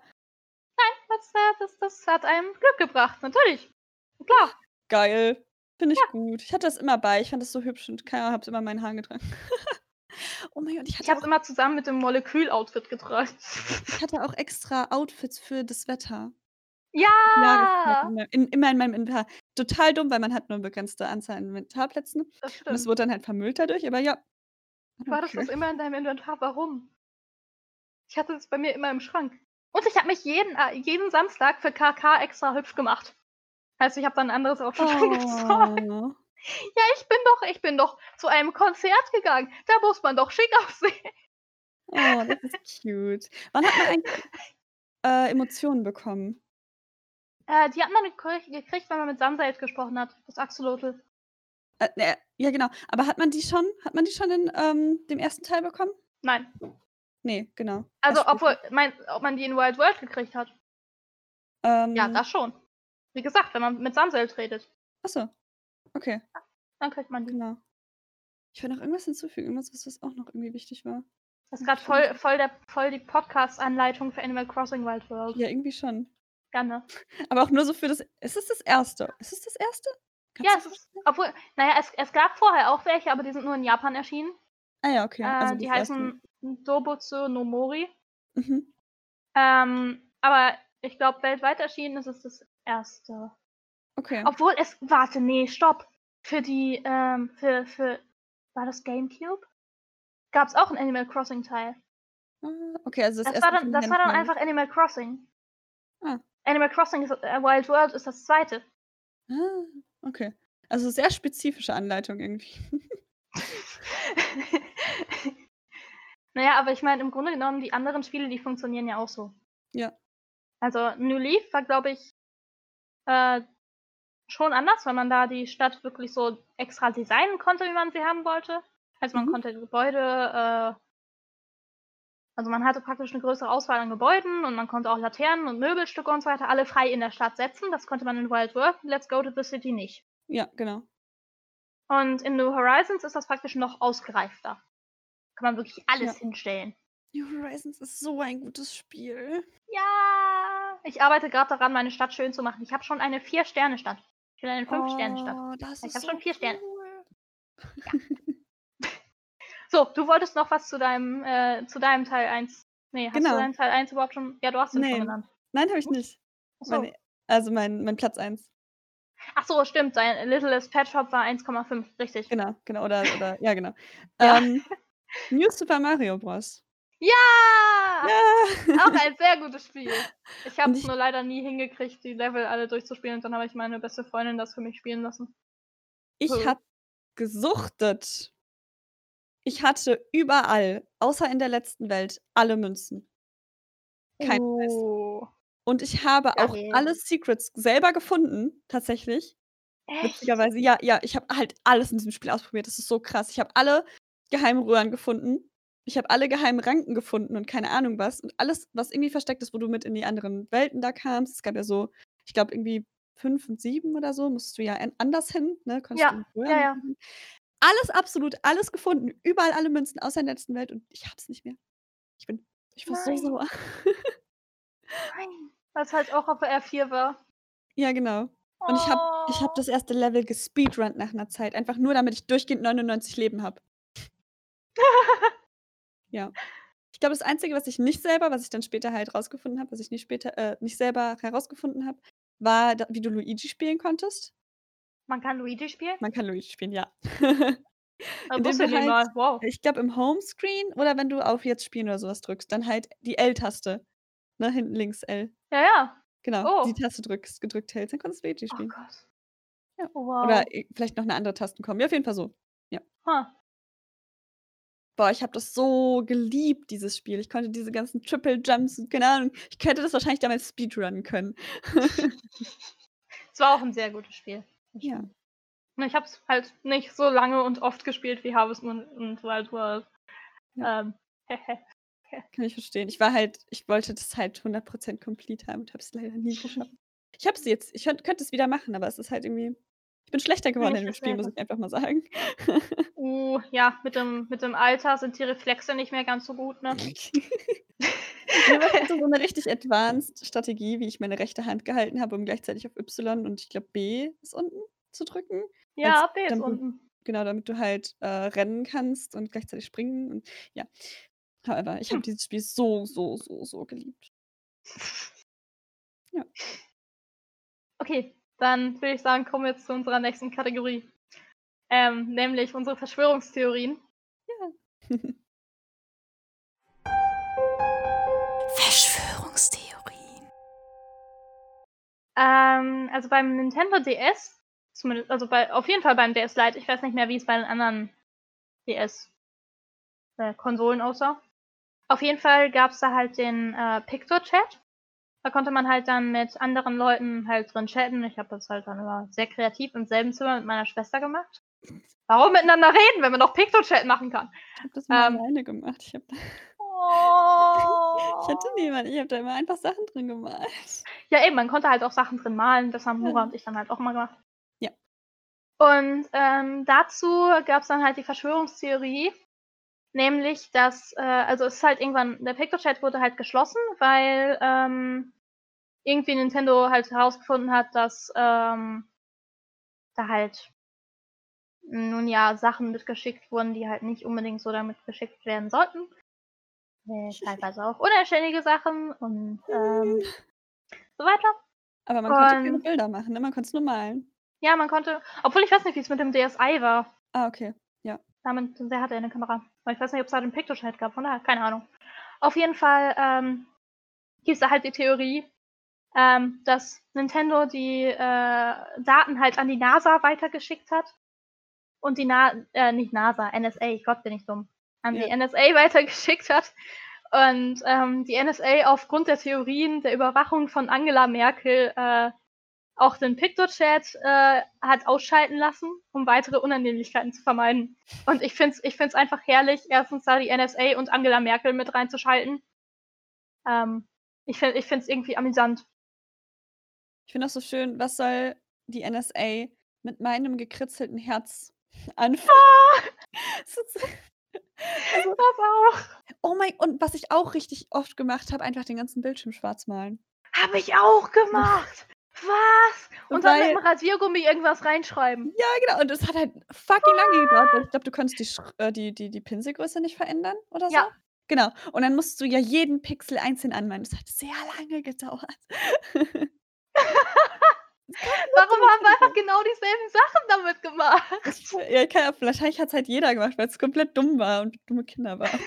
S1: Das hat einem Glück gebracht, natürlich. Klar.
S2: Geil. Finde ich gut. Ich hatte das immer bei. Ich fand das so hübsch und habe es immer in meinen Haaren getragen. Oh mein Gott,
S1: ich habe es immer zusammen mit dem Molekül-Outfit getragen.
S2: Ich hatte auch extra Outfits für das Wetter.
S1: Ja!
S2: Immer in meinem Inventar. Total dumm, weil man hat nur eine begrenzte Anzahl an Inventarplätzen.
S1: Das stimmt.
S2: Und es wurde dann halt vermüllt dadurch, aber ja.
S1: Du hattest das immer in deinem Inventar. Warum? Ich hatte das bei mir immer im Schrank. Und ich habe mich jeden Samstag für KK extra hübsch gemacht. Heißt, ich habe dann ein anderes Outfit angezogen. Ja, ich bin doch zu einem Konzert gegangen. Da muss man doch schick aussehen.
S2: Oh, das ist cute. Wann hat man eigentlich Emotionen bekommen?
S1: Die hat man gekriegt, wenn man mit Sunset gesprochen hat. Das Axolotl.
S2: Ja, genau. Aber hat man die schon in dem ersten Teil bekommen?
S1: Nein.
S2: Nee, genau.
S1: Also, ob man die in Wild World gekriegt hat. Ja, das schon. Wie gesagt, wenn man mit Sunset redet.
S2: Achso. Okay.
S1: Dann kriegt man die.
S2: Genau. Ich will noch irgendwas hinzufügen, irgendwas, was auch noch irgendwie wichtig war.
S1: Das ist gerade voll die Podcast-Anleitung für Animal Crossing Wild World.
S2: Ja, irgendwie schon.
S1: Gerne.
S2: Aber auch nur so für das. Ist es das erste? Ist es das erste?
S1: Ja, es gab vorher auch welche, aber die sind nur in Japan erschienen.
S2: Ah ja, okay. Also
S1: die heißen Dobutsu no Mori.
S2: Mhm.
S1: Aber ich glaube, weltweit erschienen ist es das erste.
S2: Okay.
S1: Obwohl stopp. Für die, war das GameCube? Gab es auch einen Animal Crossing Teil.
S2: Okay, also
S1: das war dann einfach Animal Crossing. Animal Crossing Wild World ist das zweite.
S2: Okay. Also sehr spezifische Anleitung irgendwie.
S1: Naja, aber ich meine, im Grunde genommen, die anderen Spiele, die funktionieren ja auch so.
S2: Ja.
S1: Also New Leaf war, glaube ich, schon anders, weil man da die Stadt wirklich so extra designen konnte, wie man sie haben wollte. Also man konnte Gebäude, also man hatte praktisch eine größere Auswahl an Gebäuden und man konnte auch Laternen und Möbelstücke und so weiter alle frei in der Stadt setzen. Das konnte man in Wild World, Let's Go to the City nicht.
S2: Ja, genau.
S1: Und in New Horizons ist das praktisch noch ausgereifter. Kann man wirklich alles hinstellen.
S2: New Horizons ist so ein gutes Spiel.
S1: Ja! Ich arbeite gerade daran, meine Stadt schön zu machen. Ich habe schon eine 4-Sterne-Stadt. Ich will eine 5-Sterne-Stadt. Ich habe schon 4 Sterne. Ja. So, du wolltest noch was zu deinem Teil 1. Nee, hast du deinen Teil 1 überhaupt schon? Ja, du hast ihn schon genannt.
S2: Nein, habe ich nicht.
S1: So.
S2: Also mein Platz 1.
S1: Ach so, stimmt. Dein Littlest Pet Shop war 1,5, richtig.
S2: Genau. Oder ja, genau.
S1: Ja.
S2: New Super Mario Bros.
S1: Ja!
S2: Ja!
S1: Auch ein sehr gutes Spiel. Ich habe es nur leider nie hingekriegt, die Level alle durchzuspielen. Und dann habe ich meine beste Freundin das für mich spielen lassen.
S2: Ich habe gesuchtet. Ich hatte überall, außer in der letzten Welt, alle Münzen. Kein Preis. Und ich habe auch alle Secrets selber gefunden, tatsächlich.
S1: Echt?
S2: Witzigerweise, ja, ja, ich habe halt alles in diesem Spiel ausprobiert. Das ist so krass. Ich habe alle geheimen Röhren gefunden. Ich habe alle geheimen Ranken gefunden und keine Ahnung was. Und alles, was irgendwie versteckt ist, wo du mit in die anderen Welten da kamst. Es gab ja so, ich glaube, irgendwie 5 und 7 oder so, musstest du ja anders hin, ne? Konntest
S1: Ja,
S2: du
S1: ja,
S2: Röhren
S1: ja.
S2: finden. Alles, absolut alles gefunden. Überall alle Münzen, außer in der letzten Welt und ich hab's nicht mehr. Ich war so
S1: Nein,
S2: sauer.
S1: nein. Weil's halt auch auf der R4 war.
S2: Ja, genau. Und ich habe
S1: Oh.
S2: das erste Level gespeedrunnt nach 'ner Zeit, einfach nur, damit ich durchgehend 99 Leben habe. Ja. Ich glaube, das Einzige, was ich dann später halt rausgefunden habe, was ich nicht selber herausgefunden habe, war, da wie du Luigi spielen konntest.
S1: Man kann Luigi spielen?
S2: Man kann Luigi spielen, ja.
S1: Das
S2: Indem
S1: wusste ich
S2: du
S1: nicht
S2: halt
S1: mal. Wow.
S2: ich glaube, im Homescreen oder wenn du auf „Jetzt spielen“ oder so was drückst, dann halt die L-Taste, ne, hinten links L.
S1: Ja, ja.
S2: Genau, die
S1: Oh.
S2: Taste gedrückt hältst, dann konntest du Luigi
S1: Oh
S2: spielen.
S1: Gott.
S2: Ja.
S1: Oh,
S2: Oder,
S1: wow.
S2: vielleicht noch 'ne andere Tastenkombi. Auf jeden Fall so. Ja.
S1: Ha.
S2: Boah, ich habe das so geliebt, dieses Spiel. Ich konnte diese ganzen Triple Jumps und keine Ahnung, ich hätte das wahrscheinlich damals speedrunnen können.
S1: Es war auch 'n sehr gutes Spiel. Das
S2: Ja,
S1: stimmt. Nur ich habe es halt nicht so lange und oft gespielt wie Harvest Moon und Wild World.
S2: ja,
S1: Ähm,
S2: kann ich verstehen. Ich wollte das halt 100% complete haben und habe es leider nie geschafft. Ich habe es jetzt. Ich könnte es wieder machen, aber es ist halt irgendwie ich bin schlechter geworden in
S1: nicht
S2: dem Spiel, muss
S1: dasselbe.
S2: ich einfach mal sagen.
S1: Ja, mit dem Alter sind die Reflexe nicht mehr ganz so gut, ne?
S2: Ne, aber ich hatte so 'ne richtig advanced Strategie, wie ich meine rechte Hand gehalten habe, um gleichzeitig auf Y und ich glaube B ist unten zu drücken, als
S1: Ja, B ist
S2: damit du
S1: unten.
S2: genau, damit du halt, rennen kannst und gleichzeitig springen und ja. However, ich habe
S1: Hm.
S2: dieses Spiel so, so, so, so geliebt. Ja.
S1: Okay, dann würde ich sagen, kommen wir jetzt zu unserer nächsten Kategorie, nämlich unsere Verschwörungstheorien.
S2: Ja.
S3: Verschwörungstheorien.
S1: Also beim Nintendo DS, zumindest, also auf jeden Fall beim DS Lite, ich weiß nicht mehr, wie es bei den anderen DS Konsolen aussah. Auf jeden Fall gab's da halt den Picto-Chat. Da konnte man halt dann mit anderen Leuten halt drin chatten. Ich habe das halt dann immer sehr kreativ im selben Zimmer mit meiner Schwester gemacht. Warum miteinander reden, wenn man doch Picto-Chat machen kann?
S2: Ich habe das immer
S1: Ähm,
S2: alleine gemacht. Ich hatte
S1: oh.
S2: niemanden. Ich habe da immer einfach Sachen drin gemalt.
S1: Ja, eben, man konnte halt auch Sachen drin malen. Das haben
S2: Ja.
S1: Nora und ich dann halt auch immer gemacht.
S2: Ja.
S1: Und dazu gab's dann halt die Verschwörungstheorie, nämlich, dass also es ist halt irgendwann der Picto-Chat wurde halt geschlossen, weil irgendwie Nintendo halt herausgefunden hat, dass da halt nun ja Sachen mitgeschickt wurden, die halt nicht unbedingt so damit geschickt werden sollten. Teilweise auch unanständige Sachen und so weiter.
S2: Aber man konnte keine
S1: Und
S2: Bilder machen, ne? Man konnte es nur malen.
S1: ja, man konnte, obwohl ich weiß nicht, wie es mit dem DSi war.
S2: Ah, okay. Ja.
S1: Der hatte ja 'ne Kamera. Aber ich weiß nicht, ob's da den Picto-Chat gab, von daher keine Ahnung. Auf jeden Fall gibt's da halt die Theorie, dass Nintendo die Daten halt an die NASA weitergeschickt hat und die nicht NASA, NSA, Gott, bin ich dumm, an die
S2: Ja.
S1: NSA weitergeschickt hat und die NSA aufgrund der Theorien der Überwachung von Angela Merkel auch den Picto-Chat hat ausschalten lassen, um weitere Unannehmlichkeiten zu vermeiden. Und ich find's einfach herrlich, erstens da die NSA und Angela Merkel mit reinzuschalten. Ich find's irgendwie amüsant.
S2: Ich finde auch so schön, was soll die NSA mit meinem gekritzelten Herz anfangen?
S1: Ah,
S2: Es ist also,
S1: das auch.
S2: und was ich auch richtig oft gemacht habe, einfach den ganzen Bildschirm schwarz malen.
S1: Habe ich auch gemacht. Was? Und dann
S2: Weil
S1: mit'm Rasiergummi irgendwas reinschreiben.
S2: ja, genau, und es hat halt fucking lange gedauert, weil ich glaube, du konntest die Pinselgröße nicht verändern oder so.
S1: Ja.
S2: Genau. Und dann musst du ja jeden Pixel einzeln anmalen. Das hat sehr lange gedauert.
S1: Warum haben wir einfach
S2: Komplett
S1: genau dieselben Sachen damit
S2: Ich
S1: gemacht?
S2: ja, wahrscheinlich hat's halt jeder gemacht, weil's komplett dumm war und dumme Kinder waren.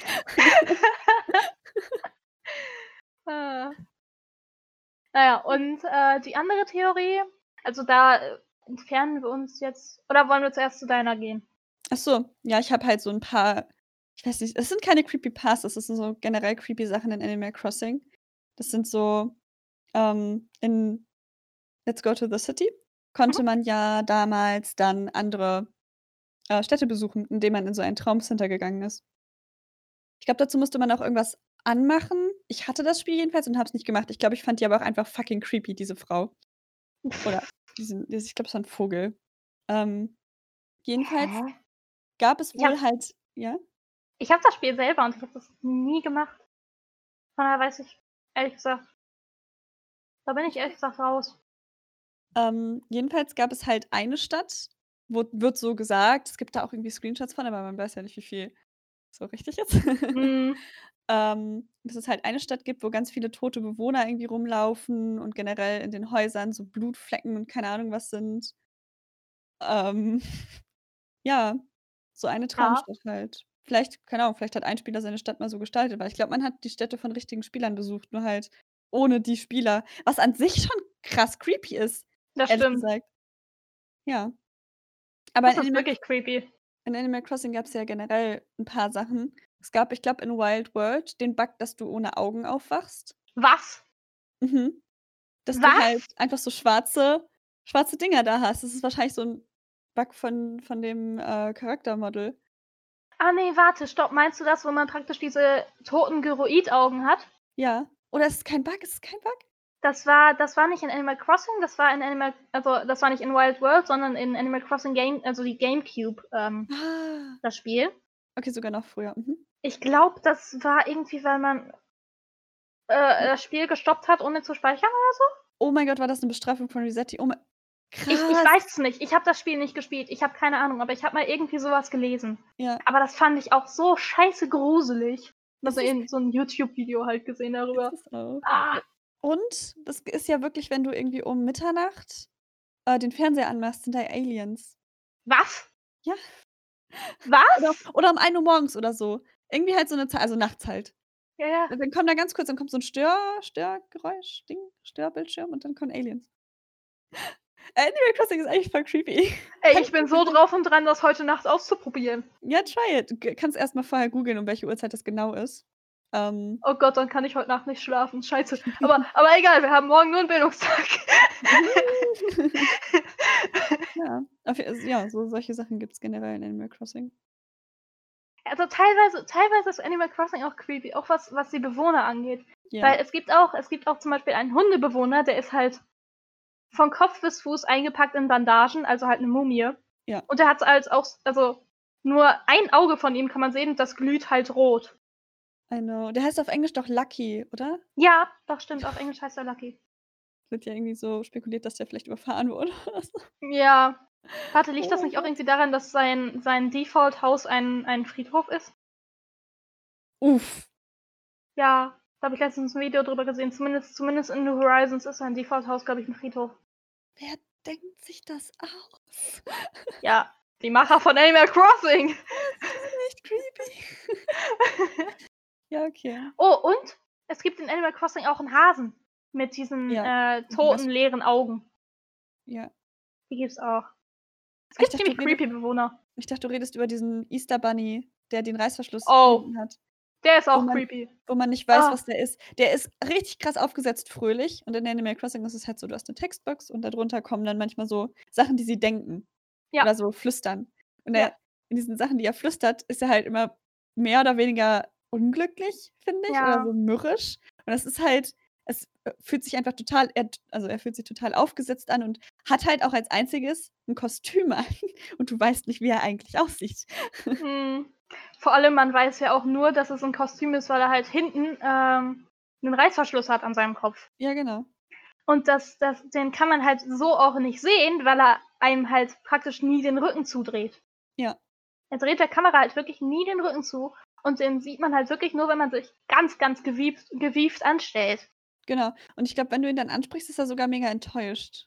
S1: Ah. Na ja, und die andere Theorie, also da entfernen wir uns jetzt, oder wollen wir zuerst zu deiner gehen?
S2: Ach so, ja, ich habe halt so 'n paar ich weiß nicht, es sind keine Creepypastas, das sind so generell creepy Sachen in Animal Crossing. Das sind so, in Let's Go to the City. konnte man ja damals dann andere Städte besuchen, indem man in so ein Traumcenter gegangen ist. Ich glaube, dazu musste man auch irgendwas anmachen. Ich hatte das Spiel jedenfalls und habe es nicht gemacht. Ich glaube, ich fand die aber auch einfach fucking creepy, diese Frau. Oder ich glaube, es war ein Vogel. Jedenfalls
S1: Hä?
S2: gab es
S1: Ich habe
S2: wohl halt ja?
S1: ich hab das Spiel selber und ich habe das nie gemacht. Von daher weiß ich, ehrlich gesagt, da bin ich ehrlich gesagt raus.
S2: Jedenfalls gab es halt eine Stadt, wird so gesagt, es gibt da auch irgendwie Screenshots von, aber man weiß ja nicht, wie viel so richtig ist.
S1: Mhm.
S2: Dass es halt eine Stadt gibt, wo ganz viele tote Bewohner irgendwie rumlaufen und generell in den Häusern so Blutflecken und keine Ahnung was sind. Ähm, ja, so eine
S1: Ja.
S2: Traumstadt halt. Vielleicht, keine Ahnung, vielleicht hat ein Spieler seine Stadt mal so gestaltet, weil ich glaube, man hat die Städte von richtigen Spielern besucht, nur halt ohne die Spieler, was an sich schon krass creepy ist,
S1: Das
S2: ehrlich
S1: stimmt.
S2: gesagt. Ja. Aber
S1: Das ist wirklich creepy.
S2: in Animal Crossing gab's ja generell 'n paar Sachen. Es gab, ich glaube, in Wild World den Bug, dass du ohne Augen aufwachst.
S1: Was?
S2: Mhm. Dass du halt
S1: Was?
S2: einfach so schwarze Dinger da hast. Das ist wahrscheinlich so 'n Bug von dem, Charaktermodel.
S1: Ah ne, warte, stopp. Meinst du das, wo man praktisch diese toten Gyroid-Augen hat?
S2: Ja. Oder ist es kein Bug? Ist es kein Bug?
S1: Das war nicht in Animal Crossing, das war das war nicht in Wild World, sondern in Animal Crossing also die GameCube,
S2: Ah.
S1: das Spiel.
S2: Okay, sogar noch früher. Mhm.
S1: Ich glaube, das war irgendwie, weil man, das Spiel gestoppt hat, ohne zu speichern oder so?
S2: Oh mein Gott, war das 'ne Bestrafung von Resetti? Oh
S1: Ich
S2: krass.
S1: weiß es nicht. Ich habe das Spiel nicht gespielt. Ich habe keine Ahnung, aber ich habe mal irgendwie so was gelesen.
S2: Ja.
S1: Aber das fand ich auch so scheiße gruselig.
S2: Das
S1: Also
S2: ist
S1: in so 'n YouTube-Video halt gesehen darüber.
S2: ist es auch.
S1: Ah,
S2: Und das ist ja wirklich, wenn du irgendwie um Mitternacht, den Fernseher anmachst, sind da Aliens.
S1: was?
S2: Ja.
S1: Was?
S2: Oder um 1 Uhr morgens oder so. Irgendwie halt so 'ne Zeit, also nachts halt.
S1: Ja, ja.
S2: Dann kommen da ganz kurz dann kommt so 'n Störgeräusch, Ding, Störbildschirm und dann kommen Aliens. Animal Crossing ist eigentlich voll creepy.
S1: Ey, ich bin so drauf und dran, das heute Nacht auszuprobieren.
S2: Ja, try it. Du kannst erst mal vorher googeln, um welche Uhrzeit das genau ist.
S1: Oh Gott, dann kann ich heute Nacht nicht schlafen. Scheiße. Aber egal, wir haben morgen nur 'n Bildungstag.
S2: Ja, ja, so solche Sachen gibt's generell in Animal Crossing.
S1: Also teilweise ist Animal Crossing auch creepy, auch was die Bewohner angeht.
S2: Ja.
S1: Weil es gibt auch zum Beispiel einen Hundebewohner, der ist halt von Kopf bis Fuß eingepackt in Bandagen, also halt 'ne Mumie.
S2: Ja.
S1: Und der hat also nur ein Auge von ihm kann man sehen, das glüht halt rot.
S2: I know. Der heißt auf Englisch doch Lucky, oder?
S1: Ja, doch stimmt, auf Englisch heißt er Lucky.
S2: Wird ja irgendwie so spekuliert, dass der vielleicht überfahren wurde oder so.
S1: Ja. Warte, liegt das
S2: Oh
S1: nicht auch
S2: Gott.
S1: irgendwie daran, dass sein Default-Haus ein Friedhof ist?
S2: Uff.
S1: Ja, da habe ich letztens 'n Video drüber gesehen. Zumindest in New Horizons ist sein Default-Haus, glaube ich, 'n Friedhof.
S2: Wer denkt sich das aus?
S1: Ja, die Macher von Animal Crossing.
S2: Das ist echt creepy. Ja, okay.
S1: Oh, und es gibt in Animal Crossing auch 'n Hasen mit diesen,
S2: Ja.
S1: toten, leeren Augen.
S2: Ja.
S1: Die gibt's auch. Es
S2: Ich
S1: gibt
S2: dachte,
S1: ziemlich creepy Bewohner.
S2: du redest über diesen Easter Bunny, der den Reißverschluss
S1: Oh,
S2: hinten hat.
S1: der ist
S2: Wo
S1: auch
S2: man
S1: creepy.
S2: wo man nicht weiß,
S1: Ah,
S2: was der ist. Der ist richtig krass aufgesetzt fröhlich und in Animal Crossing ist es halt so, du hast 'ne Textbox und da drunter kommen dann manchmal so Sachen, die sie denken
S1: ja,
S2: oder so flüstern. Und
S1: ja,
S2: in diesen Sachen, die er flüstert, ist er halt immer mehr oder weniger unglücklich, finde ich, oder
S1: ja,
S2: so mürrisch. Und das ist halt fühlt sich einfach total er fühlt sich total aufgesetzt an und hat halt auch als Einziges 'n Kostüm an und du weißt nicht, wie er eigentlich aussieht.
S1: mhm. Vor allem, man weiß ja auch nur, dass es 'n Kostüm ist, weil er halt hinten, 'nen Reißverschluss hat an seinem Kopf.
S2: Ja, genau.
S1: Und den kann man halt so auch nicht sehen, weil er einem halt praktisch nie den Rücken zudreht.
S2: Ja,
S1: Er dreht der Kamera halt wirklich nie den Rücken zu und den sieht man halt wirklich nur, wenn man sich ganz, ganz gewieft anstellt.
S2: genau. Und ich glaube, wenn du ihn dann ansprichst, ist er sogar mega enttäuscht.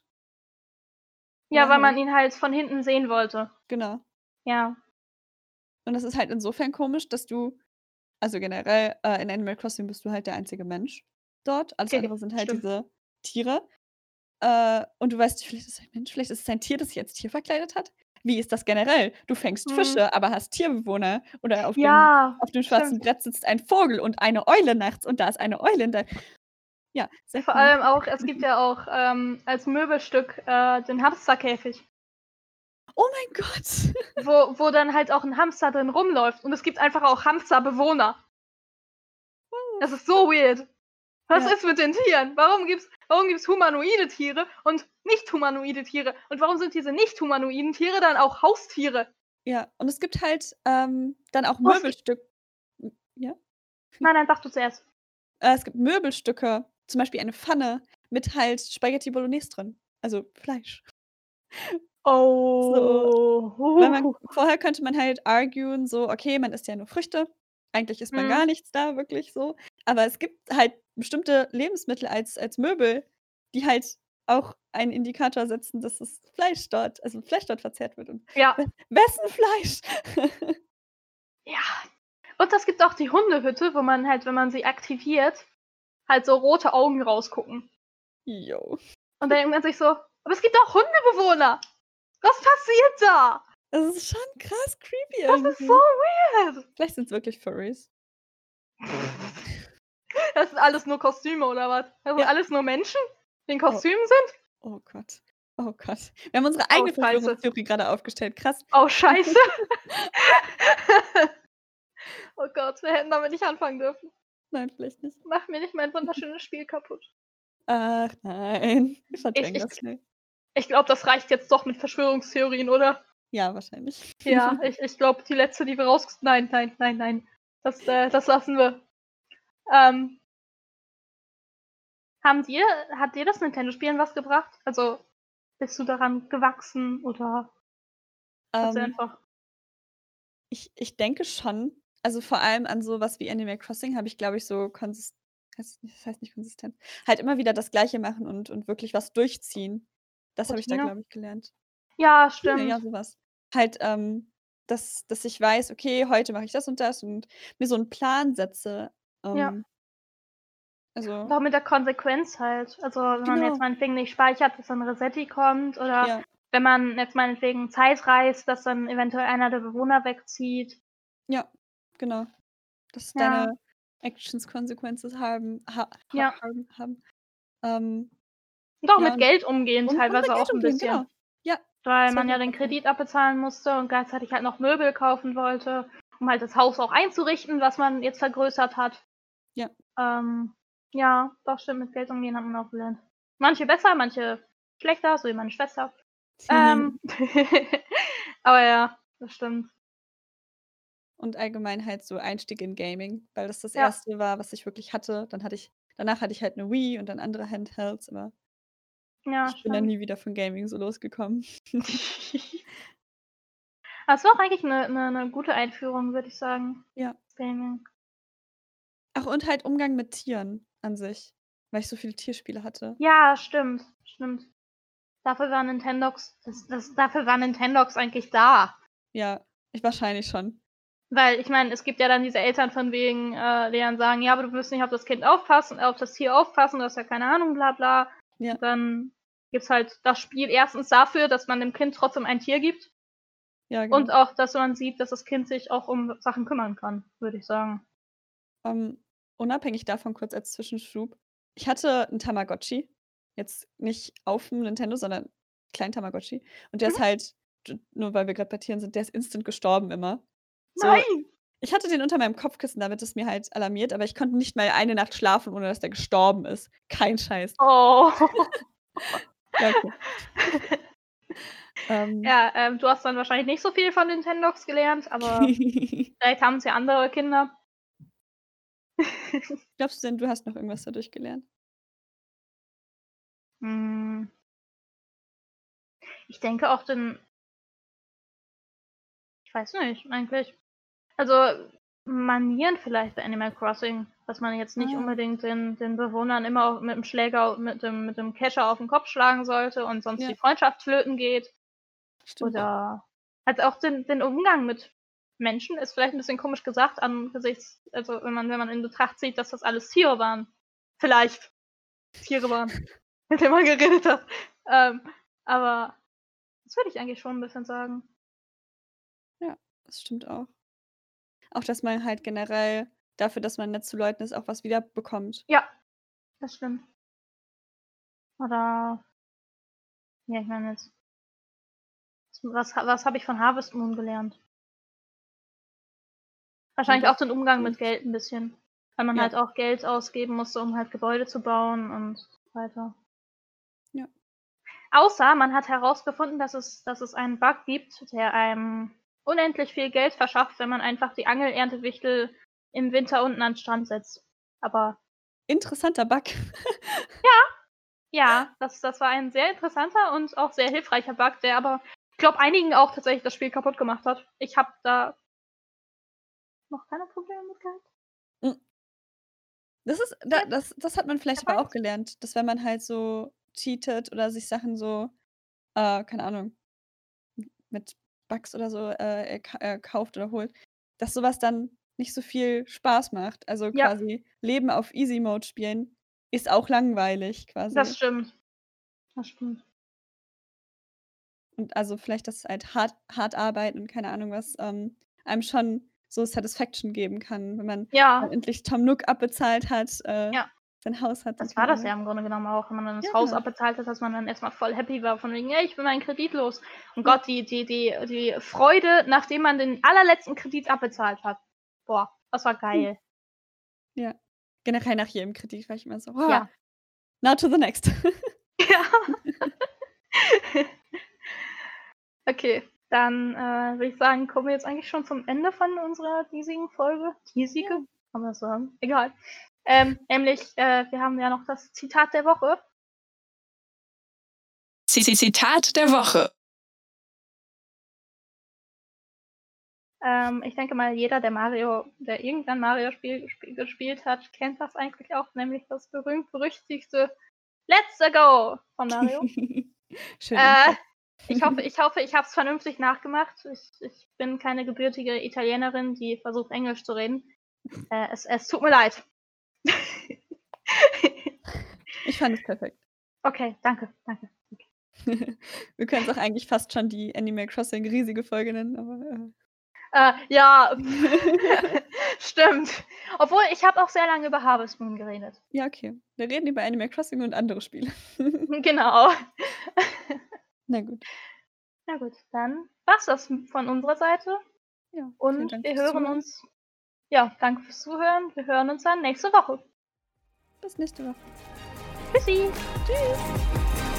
S1: Ja,
S2: Oder
S1: weil man
S2: halt
S1: ihn halt von hinten sehen wollte.
S2: genau.
S1: Ja.
S2: Und das ist halt insofern komisch, dass du also generell, in Animal Crossing bist du halt der einzige Mensch dort. Alles andere sind halt
S1: Stimmt.
S2: diese Tiere. Und du weißt nicht, vielleicht ist es ein Mensch, vielleicht ist es ein Tier, das sich als Tier verkleidet hat. Wie ist das generell? Du fängst
S1: Mhm.
S2: Fische, aber hast Tierbewohner. Oder
S1: Ja,
S2: auf dem schwarzen
S1: stimmt.
S2: Brett sitzt ein Vogel und eine Eule nachts und da ist eine Eule in dein Ja, sehr
S1: Vor
S2: cool.
S1: allem auch, es gibt ja auch als Möbelstück den Hamsterkäfig,
S2: Oh mein Gott!
S1: wo dann halt auch ein Hamster drin rumläuft. Und es gibt einfach auch Hamsterbewohner. Das ist so weird. Was
S2: Ja,
S1: ist mit den Tieren? Warum gibt's humanoide Tiere und nicht humanoide Tiere? Und warum sind diese nicht humanoiden Tiere dann auch Haustiere?
S2: ja. Und es gibt halt, dann auch
S1: Oh, es gibt
S2: Möbelstück ja?
S1: nein, sag du zuerst.
S2: Es gibt Möbelstücke, zum Beispiel eine Pfanne mit halt Spaghetti Bolognese drin, also Fleisch. So, weil man
S1: Oh.
S2: vorher könnte man halt arguen, so: „Okay, man isst ja nur Früchte. Eigentlich isst man
S1: Mhm.
S2: gar nichts da, wirklich so.“ Aber es gibt halt bestimmte Lebensmittel als Möbel, die halt auch einen Indikator setzen, dass das Fleisch dort verzehrt wird und
S1: Ja.
S2: wessen Fleisch?
S1: Ja. Und es gibt auch die Hundehütte, wo man halt, wenn man sie aktiviert, halt so rote Augen rausgucken.
S2: Jo.
S1: Und dann denkt man sich so: „Aber es gibt auch Hundebewohner. Was passiert da?“
S2: Das ist schon krass creepy
S1: Das ist so
S2: irgendwie.
S1: weird.
S2: Vielleicht sind's wirklich Furries.
S1: Das sind alles nur Kostüme oder was? Das sind
S2: Ja.
S1: alles nur Menschen, die in
S2: Oh,
S1: Kostümen sind?
S2: oh Gott. Oh Gott. Wir haben unsere
S1: Oh,
S2: eigene
S1: scheiße.
S2: Verschwörungstheorie grade aufgestellt. Krass.
S1: Oh, scheiße. Oh Gott, wir hätten damit nicht anfangen dürfen.
S2: Nein, vielleicht nicht.
S1: Mach mir nicht mein wunderschönes Spiel kaputt.
S2: Ach nein, wir
S1: Ich
S2: verdrängen
S1: ich
S2: das schnell.
S1: ich glaube, das reicht jetzt doch mit Verschwörungstheorien, oder?
S2: Ja, wahrscheinlich.
S1: Ja, ich glaube, die letzte, die wir nein, nein, nein, nein. Das lassen wir. Ähm, hat dir das Nintendo-Spielen was gebracht? Also, bist du daran gewachsen oder hast du
S2: Ähm,
S1: einfach
S2: ich denke schon. Also, vor allem an so was wie Animal Crossing habe ich, glaube ich, so das heißt nicht konsistent, halt immer wieder das Gleiche machen und wirklich was durchziehen. Das habe ich da,
S1: Routine?
S2: glaube ich, gelernt.
S1: Ja,
S2: Routine, ja,
S1: stimmt.
S2: so was. Halt, dass ich weiß: „Okay, heute mache ich das und das“ und mir so 'n Plan setze.
S1: Ja.
S2: Ähm,
S1: Und
S2: also
S1: auch mit der Konsequenz halt. Also, wenn man jetzt
S2: genau,
S1: meinetwegen nicht speichert, dass dann Resetti kommt oder
S2: ja,
S1: wenn man jetzt meinetwegen Zeit reist, dass dann eventuell einer der Bewohner wegzieht.
S2: ja, genau. Dass
S1: Ja,
S2: deine Actions Consequences
S1: ja.
S2: haben. Ähm,
S1: Und auch
S2: ja,
S1: mit Geld umgehen
S2: und mit
S1: teilweise
S2: Geld
S1: auch 'n
S2: umgehen,
S1: bisschen,
S2: genau. Ja,
S1: weil
S2: das
S1: man
S2: wollte ich
S1: ja
S2: auch
S1: den
S2: grad sagen.
S1: Kredit abbezahlen musste und gleichzeitig halt noch Möbel kaufen wollte, um halt das Haus auch einzurichten, was man jetzt vergrößert hat.
S2: Ja.
S1: Ähm, ja, doch stimmt, mit Geld umgehen hat man auch gelernt. Manche besser, manche schlechter, so wie meine Schwester. Ähm, aber ja, das stimmt.
S2: Und allgemein halt so Einstieg in Gaming, weil das
S1: Ja,
S2: Erste war, was ich wirklich hatte. Danach hatte ich halt 'ne Wii und dann andere Handhelds, aber
S1: ja,
S2: ich bin dann
S1: stimmt.
S2: nie wieder von Gaming so losgekommen.
S1: Aber es war auch eigentlich 'ne gute Einführung, würde ich sagen,
S2: Ja.
S1: Gaming.
S2: Ach, und halt Umgang mit Tieren an sich, weil ich so viele Tierspiele hatte.
S1: Ja, stimmt, stimmt. Dafür war Nintendox eigentlich da.
S2: Ja, ich wahrscheinlich schon.
S1: Weil ich meine, es gibt ja dann diese Eltern von wegen, die dann sagen: „Ja, aber du wirst nicht auf das Kind aufpassen auf das Tier aufpassen, du hast ja keine Ahnung, bla bla.“
S2: Ja,
S1: Und dann gibt's halt das Spiel erstens dafür, dass man dem Kind trotzdem ein Tier gibt
S2: ja,
S1: und
S2: genau.
S1: auch, dass man sieht, dass das Kind sich auch um Sachen kümmern kann, würde ich sagen.
S2: Ähm, unabhängig davon kurz als Zwischenschub, ich hatte 'n Tamagotchi, jetzt nicht auf'm Nintendo, sondern kleinen Tamagotchi und der ist
S1: Mhm.
S2: halt nur weil wir grad bei Tieren sind, der ist instant gestorben immer. So,
S1: Nein!
S2: ich hatte den unter meinem Kopfkissen, damit es mir halt alarmiert, aber ich konnte nicht mal eine Nacht schlafen, ohne dass der gestorben ist. Kein Scheiß.
S1: Oh.
S2: Ja, okay. Ähm,
S1: Ja, du hast dann wahrscheinlich nicht so viel von Nintendox gelernt, aber vielleicht haben's ja andere Kinder.
S2: glaubst du denn, du hast noch irgendwas dadurch gelernt?
S1: Hm, ich denke auch ich weiß nicht, eigentlich. Also, Manieren vielleicht bei Animal Crossing, dass man jetzt nicht
S2: Ah,
S1: unbedingt den Bewohnern immer au mit dem Schläger mit dem Kescher auf 'n Kopf schlagen sollte und sonst die
S2: ja,
S1: Freundschaft flöten geht.
S2: stimmt.
S1: Oder halt auch den Umgang mit Menschen ist vielleicht 'n bisschen komisch gesagt angesichts also, wenn man in Betracht zieht, dass das alles Tiere waren. Vielleicht Tiere waren, mit denen man geredet hat. Ähm, aber das würde ich eigentlich schon 'n bisschen sagen.
S2: Ja, das stimmt auch. Auch, dass man halt generell dafür, dass man nett zu Leuten ist, auch was wiederbekommt.
S1: Ja, das stimmt. Oder, ja, ich meine jetzt, was habe ich von Harvest Moon gelernt? Wahrscheinlich auch den Umgang mit Geld ein bisschen. Weil man
S2: Ja.
S1: halt auch Geld ausgeben musste, um halt Gebäude zu bauen und so weiter.
S2: Ja.
S1: Außer man hat herausgefunden, dass es einen Bug gibt, der einem unendlich viel Geld verschafft, wenn man einfach die Angelerntewichtel im Winter unten an den Strand setzt. Aber
S2: Interessanter Bug.
S1: ja, das war ein sehr interessanter und auch sehr hilfreicher Bug, der aber, ich glaube, einigen auch tatsächlich das Spiel kaputt gemacht hat. Ich habe da noch keine Probleme mit gehabt.
S2: Hm. Das hat man vielleicht aber auch gelernt, dass wenn man halt so cheatet oder sich Sachen so, keine Ahnung, mit Bugs oder so, kauft oder holt, dass so was dann nicht so viel Spaß macht. Also,
S1: Ja.
S2: quasi Leben auf Easy Mode spielen ist auch langweilig
S1: Das
S2: quasi.
S1: stimmt. Das stimmt.
S2: Und also vielleicht das halt hart arbeiten und keine Ahnung was, einem schon so Satisfaction geben kann, wenn man dann
S1: Ja,
S2: endlich Tom Nook abbezahlt hat,
S1: ja.
S2: sein Haus hat und
S1: Das war
S2: keine
S1: das ja
S2: Ahnung.
S1: im Grunde genommen auch, wenn man dann das
S2: Ja,
S1: Haus
S2: genau.
S1: abbezahlt hat, dass man dann erst mal voll happy war von wegen: „Ey, ich bin meinen Kredit los.“ Und Gott, die Freude, nachdem man den allerletzten Kredit abbezahlt hat. Boah, das war geil.
S2: Ja. Generell nach jedem Kredit war ich immer so:
S1: Ja.
S2: now to the next."
S1: Ja. Okay, dann, würde ich sagen, kommen wir jetzt eigentlich schon zum Ende von unserer diesigen Folge. Diesige?
S2: Ja.
S1: Kann man das sagen? Egal. Nämlich, wir haben ja noch das Zitat der Woche.
S3: Zitat der Woche.
S1: Ich denke mal, jeder, der irgendein Mario-Spiel gespielt hat, kennt das eigentlich auch, nämlich das berühmt-berüchtigte Let's Go von Mario.
S2: Schön Intro.
S1: Ich hoffe, ich habe es vernünftig nachgemacht. Ich bin keine gebürtige Italienerin, die versucht, Englisch zu reden. Es tut mir leid.
S2: Ich fand es perfekt.
S1: Okay, danke.
S2: Wir können es auch eigentlich fast schon die Animal Crossing riesige Folge nennen, aber,
S1: Ja, stimmt. Obwohl, ich habe auch sehr lange über Harvest Moon geredet.
S2: Ja, okay. Wir reden über Animal Crossing und andere Spiele.
S1: Genau.
S2: Na gut.
S1: Na gut, dann war's das von unserer Seite.
S2: Ja, vielen
S1: Und
S2: Dank
S1: wir
S2: fürs
S1: hören
S2: Zuhören.
S1: uns. Ja, danke fürs Zuhören. Wir hören uns dann nächste Woche.
S2: Bis nächste Woche.
S1: Tschüssi.
S2: Tschüss.